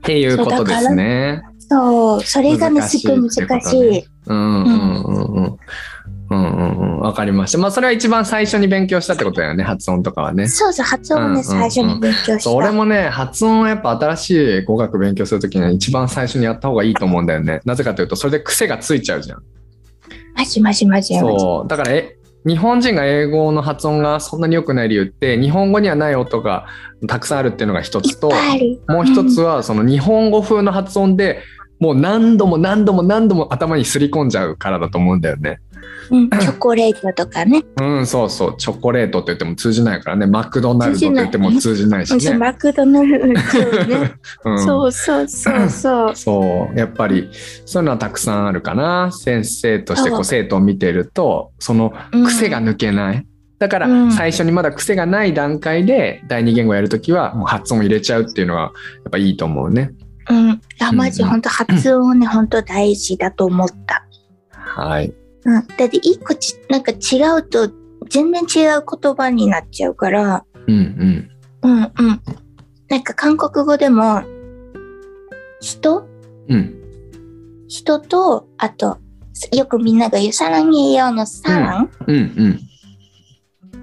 っていうことですね。 そう、それがね、すごい難しい。 ね、うんうんうんうん。うんうんうん、わかりました。まあそれは一番最初に勉強したってことだよね、発音とかはね。 そうそう、発音をね、うんうんうん、最初に勉強した。 俺もね、発音はやっぱ新しい語学勉強するときには一番最初にやった方がいいと思うんだよね。なぜかというと、それで癖がついちゃうじゃん。 マジマジマジマジ。 そう、だからえ日本人が英語の発音がそんなに良くない理由って、日本語にはない音がたくさんあるっていうのが一つと、もう一つはその日本語風の発音でもう何度も何度も何度も頭にすり込んじゃうからだと思うんだよね。 うん、チョコレートとかね。 うん、そうそう、チョコレートって言っても通じないからね。マクドナルドって言っても通じないしね。 マクドナルドね、うん、そうそうそうそう。 そうやっぱりそういうのはたくさんあるかな。先生としてこう生徒を見ているとその癖が抜けない。うん、だから最初にまだ癖がない段階で第二言語やるときはもう発音を入れちゃうっていうのはやっぱいいと思うね。 うん、あ、マジ本当発音ね、本当大事だと思った。 はい。 うん、だって一個ちなんか違うと全然違う言葉になっちゃうから、 うんうんうんうん、なんか韓国語でも人、 うん、 人とあとよくみんなが言うサランイエヨのサラン、 うんうんうん、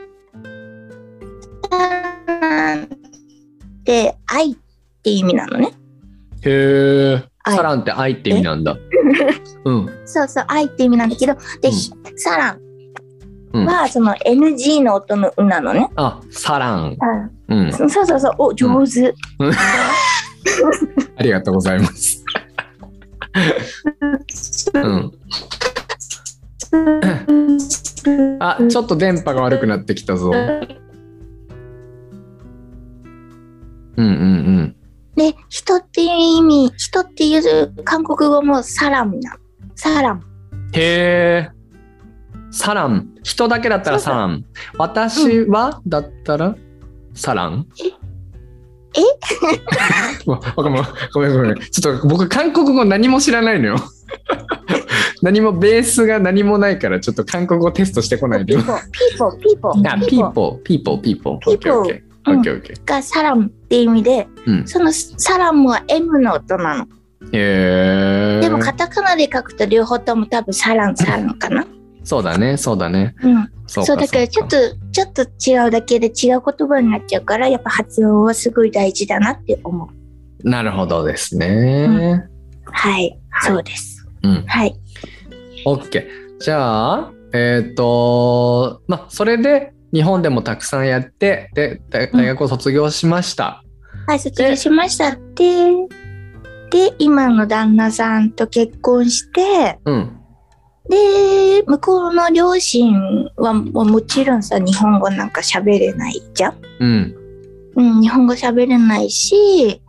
サランって愛って意味なのね。 へえ。サランって愛って意味なんだ。うん、 そうそう、愛って意味なんだけど、で、うん、サランはその エヌジー の音のうなのね。 あ、サラン。 うん、そうそうそう、お、上手。うん、 ありがとうございます。うん、あ、ちょっと電波が悪くなってきたぞ。うんうんうん。 で、人っていう意味、人っていう韓国語もサラムなの。サラム。 へー。サラン。人だけだったらサラン。私は、うん、だったらサラン。 ええごめんごめんごめん。ちょっと僕韓国語何も知らないのよ。何もベースが何もないからちょっと韓国語テストしてこないでよ。 ピーポーピーポーあ、ピーポーピーポーピーポーピーポーオッケーオッケーがサラムって意味で、うん、そのサラムは エム の音なの。 へー。 でもカタカナで書くと両方とも多分サランサランかな。 そうだねそうだね。 うん。そうそうだからちょっとちょっと違うだけで違う言葉になっちゃうからやっぱ発音はすごい大事だなって思う。なるほどですね。うん、 はい、はい、そうです。 うん。 はい。 オッケー。じゃあえっとまあそれで。日本でもたくさんやってで大学を卒業しました、 うん、はい卒業しましたでで今の旦那さんと結婚して、 うん、 で向こうの両親はも, もちろんさ日本語なんか喋れないじゃん、 うんうん、日本語喋れないし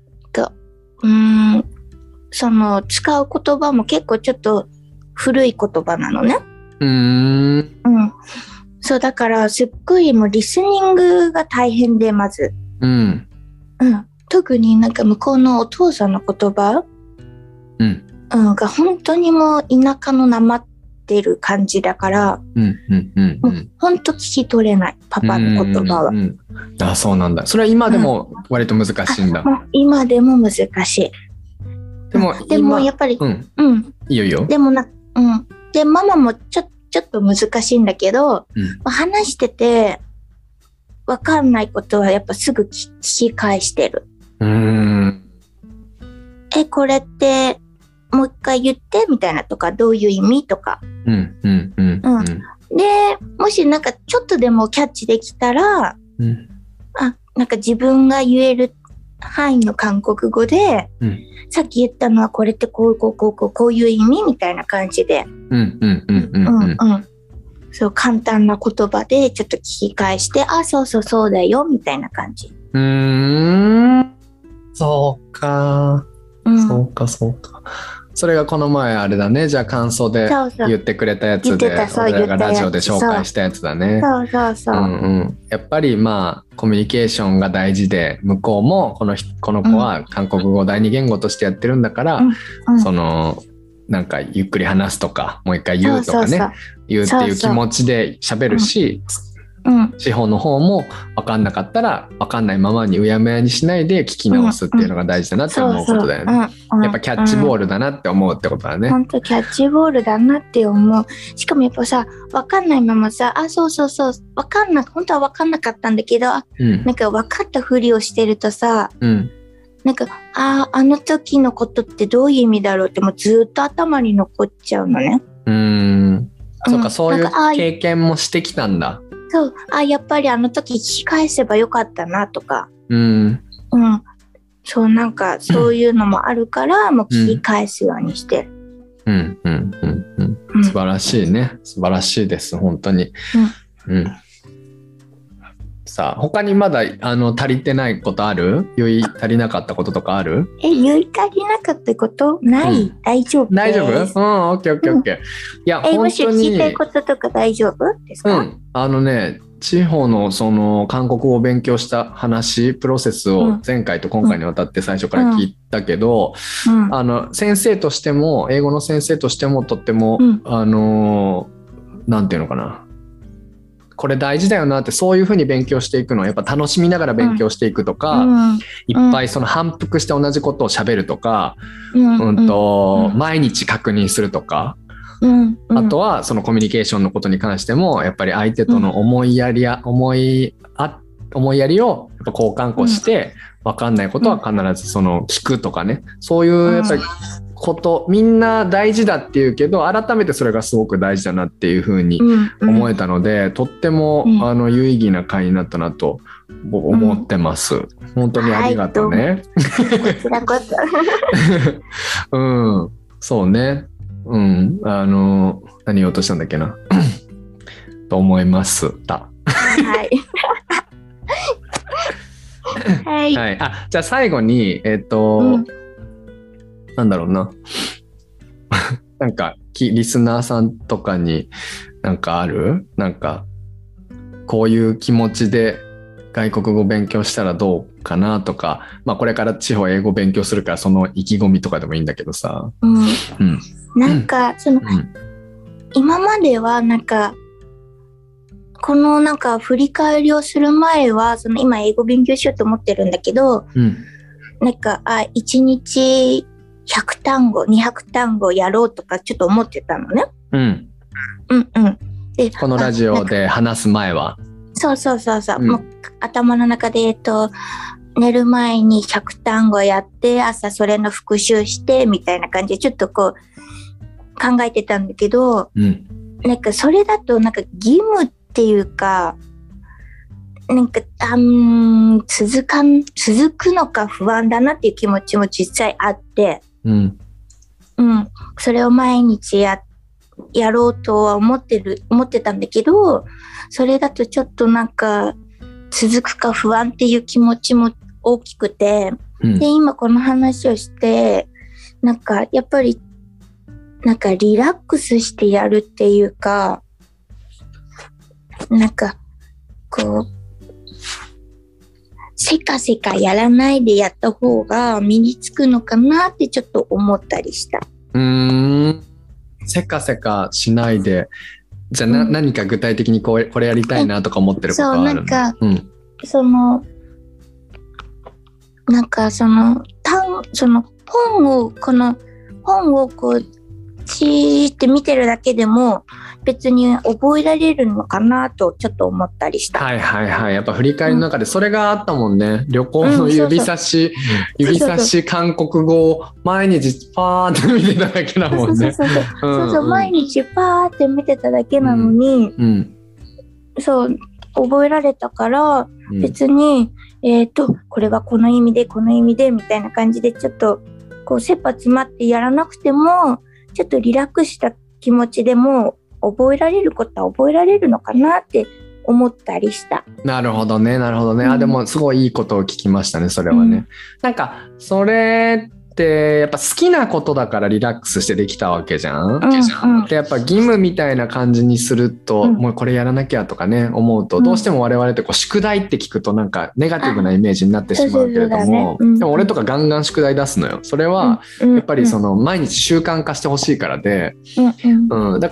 うんその使う言葉も結構ちょっと古い言葉なのね。 うーん、 うんそうだからすっごいもうリスニングが大変でまず、 うんうん、特になんか向こうのお父さんの言葉、 うんうん、が本当にもう田舎のなまってる感じだから、 うんうんうんうん、 もう本当聞き取れないパパの言葉は、うんうんうん、あそうなんだ。それは今でも割と難しいんだ、 うん、もう今でも難しい。 でも、 うん、でもやっぱり、 うんうん、 いいよいいよ。 でもな、うん、でママもちょっとちょっと難しいんだけど、 うん、 話してて分かんないことはやっぱすぐ聞き返してる。 うーんえこれってもう一回言ってみたいなとかどういう意味とか、 うんうんうんうん、 でもしなんかちょっとでもキャッチできたら、 うん、 あなんか自分が言える範囲の韓国語で、 うん、 さっき言ったのはこれってこうこうこうこうこういう意味みたいな感じで、 うんうんうんうんうん、 うんうん、そう簡単な言葉でちょっと聞き返してあそうそうそうだよみたいな感じ。 うーんそうか、うん、そうかそうか。それがこの前あれだね。じゃあ感想で言ってくれたやつで俺らがラジオで紹介したやつだね。 そうそうそう、うんうん、やっぱりまあコミュニケーションが大事で向こうもこのこの子は韓国語を第二言語としてやってるんだから、うんうん、そのなんかゆっくり話すとかもう一回言うとかね、そうそうそう言うっていう気持ちで喋るし、 うん、 地方の方も分かんなかったら分かんないままにうやむやにしないで聞き直すっていうのが大事だなって思うことだよね。やっぱキャッチボールだなって思うってことだね。 本当キャッチボールだなって思う。しかもやっぱさ、分かんないままさ、あ、そうそうそう、分かんな本当は分かんなかったんだけど、うん、なんか分かったふりをしてるとさ、うん、なんかああの時のことってどういう意味だろうってもうずっと頭に残っちゃうのね。 うーん、そうか、うん、そういう経験もしてきたんだ。 そう、あ、やっぱりあの時聞き返せばよかったなとか、 うん、 うん、そうなんかそういうのもあるから、うん、もう聞き返すようにしてる。 うんうんうんうん、素晴らしいね、素晴らしいです本当に。うん。うん、さあ他にまだあの足りてないことある？言い足りなかったこととかある？ え、言い足りなかったことない、うん、大丈夫です。 大丈夫？うん、オッケーオッケーオッケー。いやえ、もし聞いたいこととか大丈夫ですか？ うん、あのね、地方のその韓国語を勉強した話プロセスを前回と今回にわたって最初から聞いたけど、うんうん、あの先生としても英語の先生としてもとっても、うん、あのなんていうのかな、これ大事だよなって、そういうふうに勉強していくのはやっぱ楽しみながら勉強していくとか、うん、いっぱいその反復して同じことを喋るとか、うんうんと、毎日確認するとか、うんうん、あとはそのコミュニケーションのことに関してもやっぱり相手との思いやりや、うん、思いあ思いやりをやっぱ交換こして、分かんないことは必ずその聞くとかね、そういうやっぱりことみんな大事だっていうけど改めてそれがすごく大事だなっていうふうに思えたので、うんうん、とっても、うん、あの有意義な会になったなと思ってます、うん、本当にありがとうね、 はい、こちらこそうん、そうね、うん、あの何言おうとしたんだっけなと思いますたはいはい、 はい、あ、じゃあ最後にえっと、うん、なんだろうななんかリスナーさんとかになんかある？なんかこういう気持ちで外国語勉強したらどうかなとか、まあこれから地方英語勉強するからその意気込みとかでもいいんだけどさ、 うんうん、なんかその、うん、今まではなんかこのなんか振り返りをする前はその今英語勉強しようと思ってるんだけど、うん、なんかあいちにちひゃくたんごにひゃくたんごやろうとかちょっと思ってたのね、うん、うんうんでこのラジオで話す前はそうそうそうそう、うん、もう頭の中でえっと寝る前にひゃくたんごやって朝それの復習してみたいな感じでちょっとこう考えてたんだけど、うん、なんかそれだとなんか義務っていうかなんかあん続かん続くのか不安だなっていう気持ちも実際あって、うんうん、それを毎日 や, やろうとは思ってる思ってたんだけど、それだとちょっとなんか続くか不安っていう気持ちも大きくて、うん、で今この話をしてなんかやっぱりなんかリラックスしてやるっていうかなんかこうせかせかやらないでやった方が身につくのかなってちょっと思ったりした。 うーん、せかせかしないでじゃあな、うん、何か具体的にこれ、これやりたいなとか思ってることはあるの？そうなんか、うん、 そのなんかその単その本をこの本をこうチーって見てるだけでも別に覚えられるのかなとちょっと思ったりした。 はいはいはい、やっぱ振り返りの中でそれがあったもんね、うん、旅行の指差し、うん、そうそう指差し韓国語を毎日パーって見てただけだもんね。 そうそうそうそうそうそう、毎日パーって見てただけなのに、うんうん、そう覚えられたから別に、うん、えっとこれはこの意味でこの意味でみたいな感じでちょっとこう切羽詰まってやらなくてもちょっとリラックスした気持ちでも覚えられることは覚えられるのかなって思ったりした。 なるほどねなるほどね、うん、あでもすごいいいことを聞きましたねそれはね、うん、なんかそれってやっぱ好きなことだからリラックスしてできたわけじゃん、うんうん、でやっぱ義務みたいな感じにすると、うん、もうこれやらなきゃとかね思うと、うん、どうしても我々ってこう宿題って聞くとなんかネガティブなイメージになってしまうけれども、ねうん、でも俺とかガンガン宿題出すのよ。それはやっぱりその毎日習慣化してほしいからで、うんうん、だから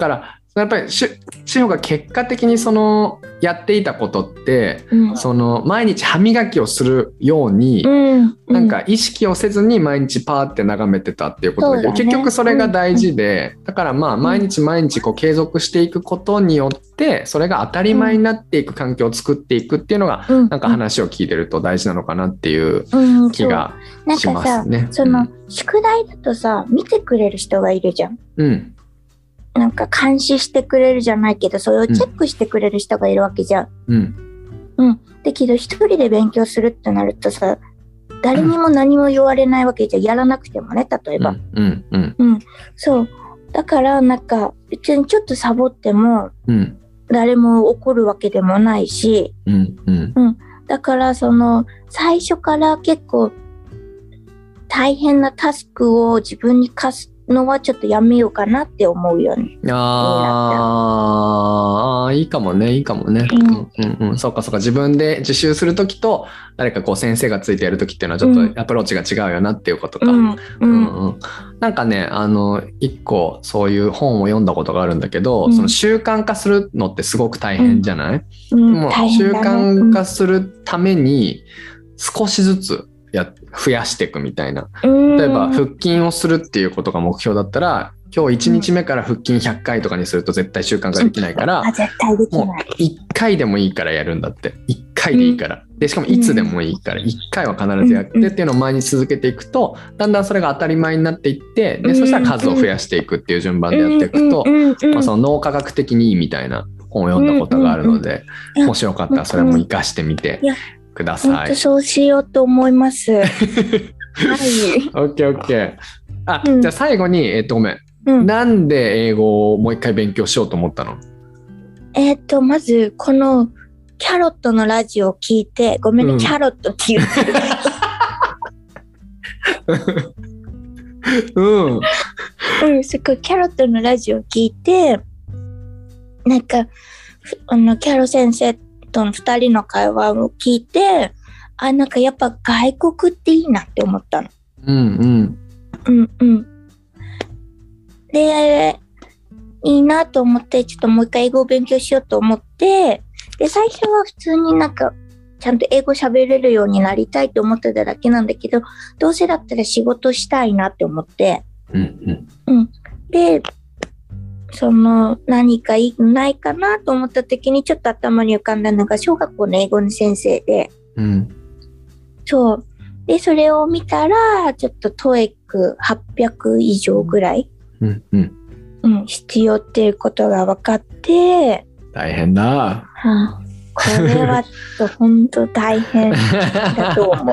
やっぱりし志保が結果的にそのやっていたことって、うん、その毎日歯磨きをするように、うん、なんか意識をせずに毎日パーって眺めてたっていうことだけど、ね、結局それが大事で、うん、だからまあ毎日毎日こう継続していくことによってそれが当たり前になっていく環境を作っていくっていうのが、うん、なんか話を聞いてると大事なのかなっていう気がしますね。 なんかさ、その宿題だとさ見てくれる人がいるじゃん。うんなんか監視してくれるじゃないけどそれをチェックしてくれる人がいるわけじゃん。うん。うん。だけど一人で勉強するってなるとさ誰にも何も言われないわけじゃやらなくてもね例えば。うんうん、うん、そうだからなんか別にちょっとサボっても誰も怒るわけでもないし、うんうんうん、だからその最初から結構大変なタスクを自分に課すのはちょっとやめようかなって思うように。 ああいいかもねいいかもね。うんうんうん、そうかそうか自分で自習するときと誰かこう先生がついてやるときっていうのはちょっとアプローチが違うよなっていうことか。うんうんうん、なんかねあの一個そういう本を読んだことがあるんだけど、うん、その習慣化するのってすごく大変じゃない？うんうん、もう習慣化するために少しずつや増やしていくみたいな。例えば腹筋をするっていうことが目標だったら今日いちにちめから腹筋ひゃっかいとかにすると絶対習慣化できないから、うん、絶対できない。もういっかいでもいいからやるんだっていっかいでいいから、うん、でしかもいつでもいいからいっかいは必ずやってっていうのを毎日続けていくとだんだんそれが当たり前になっていってでそしたら数を増やしていくっていう順番でやっていくと、まあ、その脳科学的にいいみたいな本を読んだことがあるのでもしよかったらそれも活かしてみてください。 本当そうしようと思います。はい。 オッケーオッケー。あ、うん、じゃあ最後にえっとごめん、うん。なんで英語をもう一回勉強しようと思ったの？ えっとまずこのキャロットのラジオを聞いてごめんね、うん、キャロットって言ってる。うん。うん、そこキャロットのラジオを聞いてなんかあのキャロ先生とのふたりの会話を聞いてあなんかやっぱ外国っていいなって思ったの。うんうんうんうんでいいなと思ってちょっともう一回英語を勉強しようと思ってで最初は普通になんかちゃんと英語喋れるようになりたいと思ってただけなんだけどどうせだったら仕事したいなって思って、うんうんうん、でその何かいいのないかなと思った時にちょっと頭に浮かんだのが小学校の英語の先生で、うん、そうでそれを見たらちょっとトーイックはっぴゃく以上ぐらい、うんうんうん、必要っていうことが分かって大変だ、はあ、これは本当大変だと思う。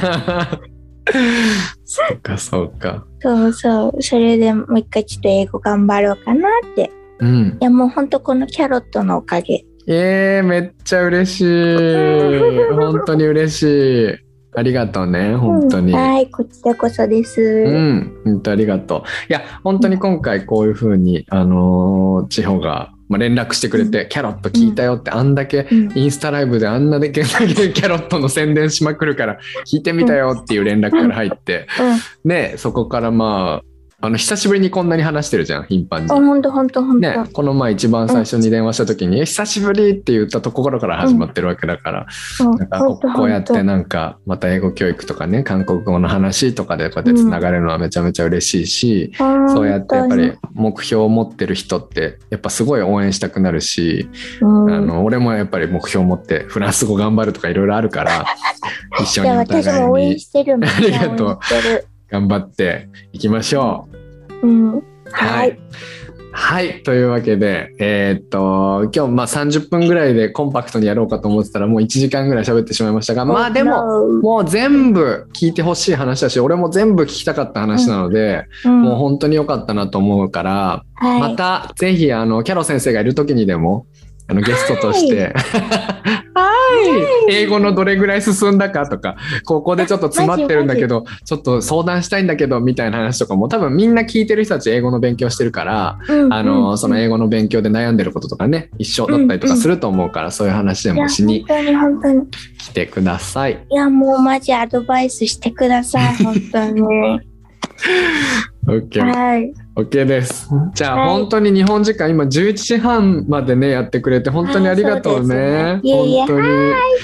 そうかそうかそうそうそれでもう一回ちょっと英語頑張ろうかなって、うん、いやもう本当このキャロットのおかげ。 えー、めっちゃ嬉しい。本当に嬉しい。ありがとうね本当に、 うん、はいこちらこそです。 うん本当ありがとう。いや本当に今回こういう風に、うん、あの千穂がまあ、連絡してくれて、うん、キャロット聞いたよって、うん、あんだけインスタライブであんなでキャロットの宣伝しまくるから聞いてみたよっていう連絡から入って、うん、でそこからまああの久しぶりにこんなに話してるじゃん頻繁に。 あほんとほんとほんと、ね、 この前一番最初に電話した時に、うん、久しぶりって言ったところから始まってるわけだから、うん、なんかこうやってなんかまた英語教育とかね韓国語の話とかでこうやってつながれるのはめちゃめちゃ嬉しいし、うん、そうやってやっぱり目標を持ってる人ってやっぱすごい応援したくなるし、うん、あの俺もやっぱり目標を持ってフランス語頑張るとかいろいろあるから一緒にお互いに私も応援してる。 ありがとう。頑張っていきましょう。うん、はい、はい、はい、というわけで、えー、っと今日まあさんじゅっぷんぐらいでコンパクトにやろうかと思ってたらもういちじかんぐらい喋ってしまいましたが、まあでももう全部聞いてほしい話だし俺も全部聞きたかった話なので、うんうん、もう本当に良かったなと思うから、はい、またぜひあのキャロ先生がいる時にでもあのゲストとしてはい英語のどれぐらい進んだかとかここでちょっと詰まってるんだけどちょっと相談したいんだけどみたいな話とかも多分みんな聞いてる人たち英語の勉強してるから、うん、あのその英語の勉強で悩んでることとかね一緒だったりとかすると思うから、うん、そういう話でもしに来てください。 いやもうマジアドバイスしてください本当に OK。 はい。 OK です。じゃあ、 はい本当に日本時間今じゅういちじはんまでねやってくれて本当にありがとうね。 はい、そうですね。いえいえ、 本当に。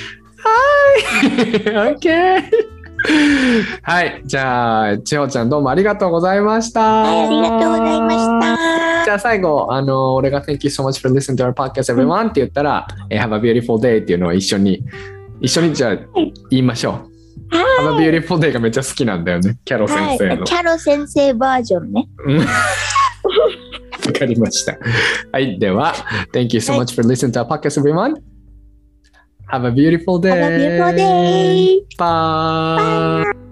はい。OK。はい。じゃあ、千穂ちゃんどうもありがとうございました。 はい、ありがとうございました。 じゃあ最後、あの、俺が Thank you so much for listening to our podcast everyone って言ったら、うん、Have a beautiful day っていうのを一緒に、一緒にじゃあ言いましょう。Have a beautiful day がめっちゃ好きなんだよね。キャロ先生の。 はい、キャロ先生バージョンね。 わかりました。はい。では、Thank you so much for listening to our podcast everyone. Have a beautiful day. Have a beautiful day. Bye. Bye.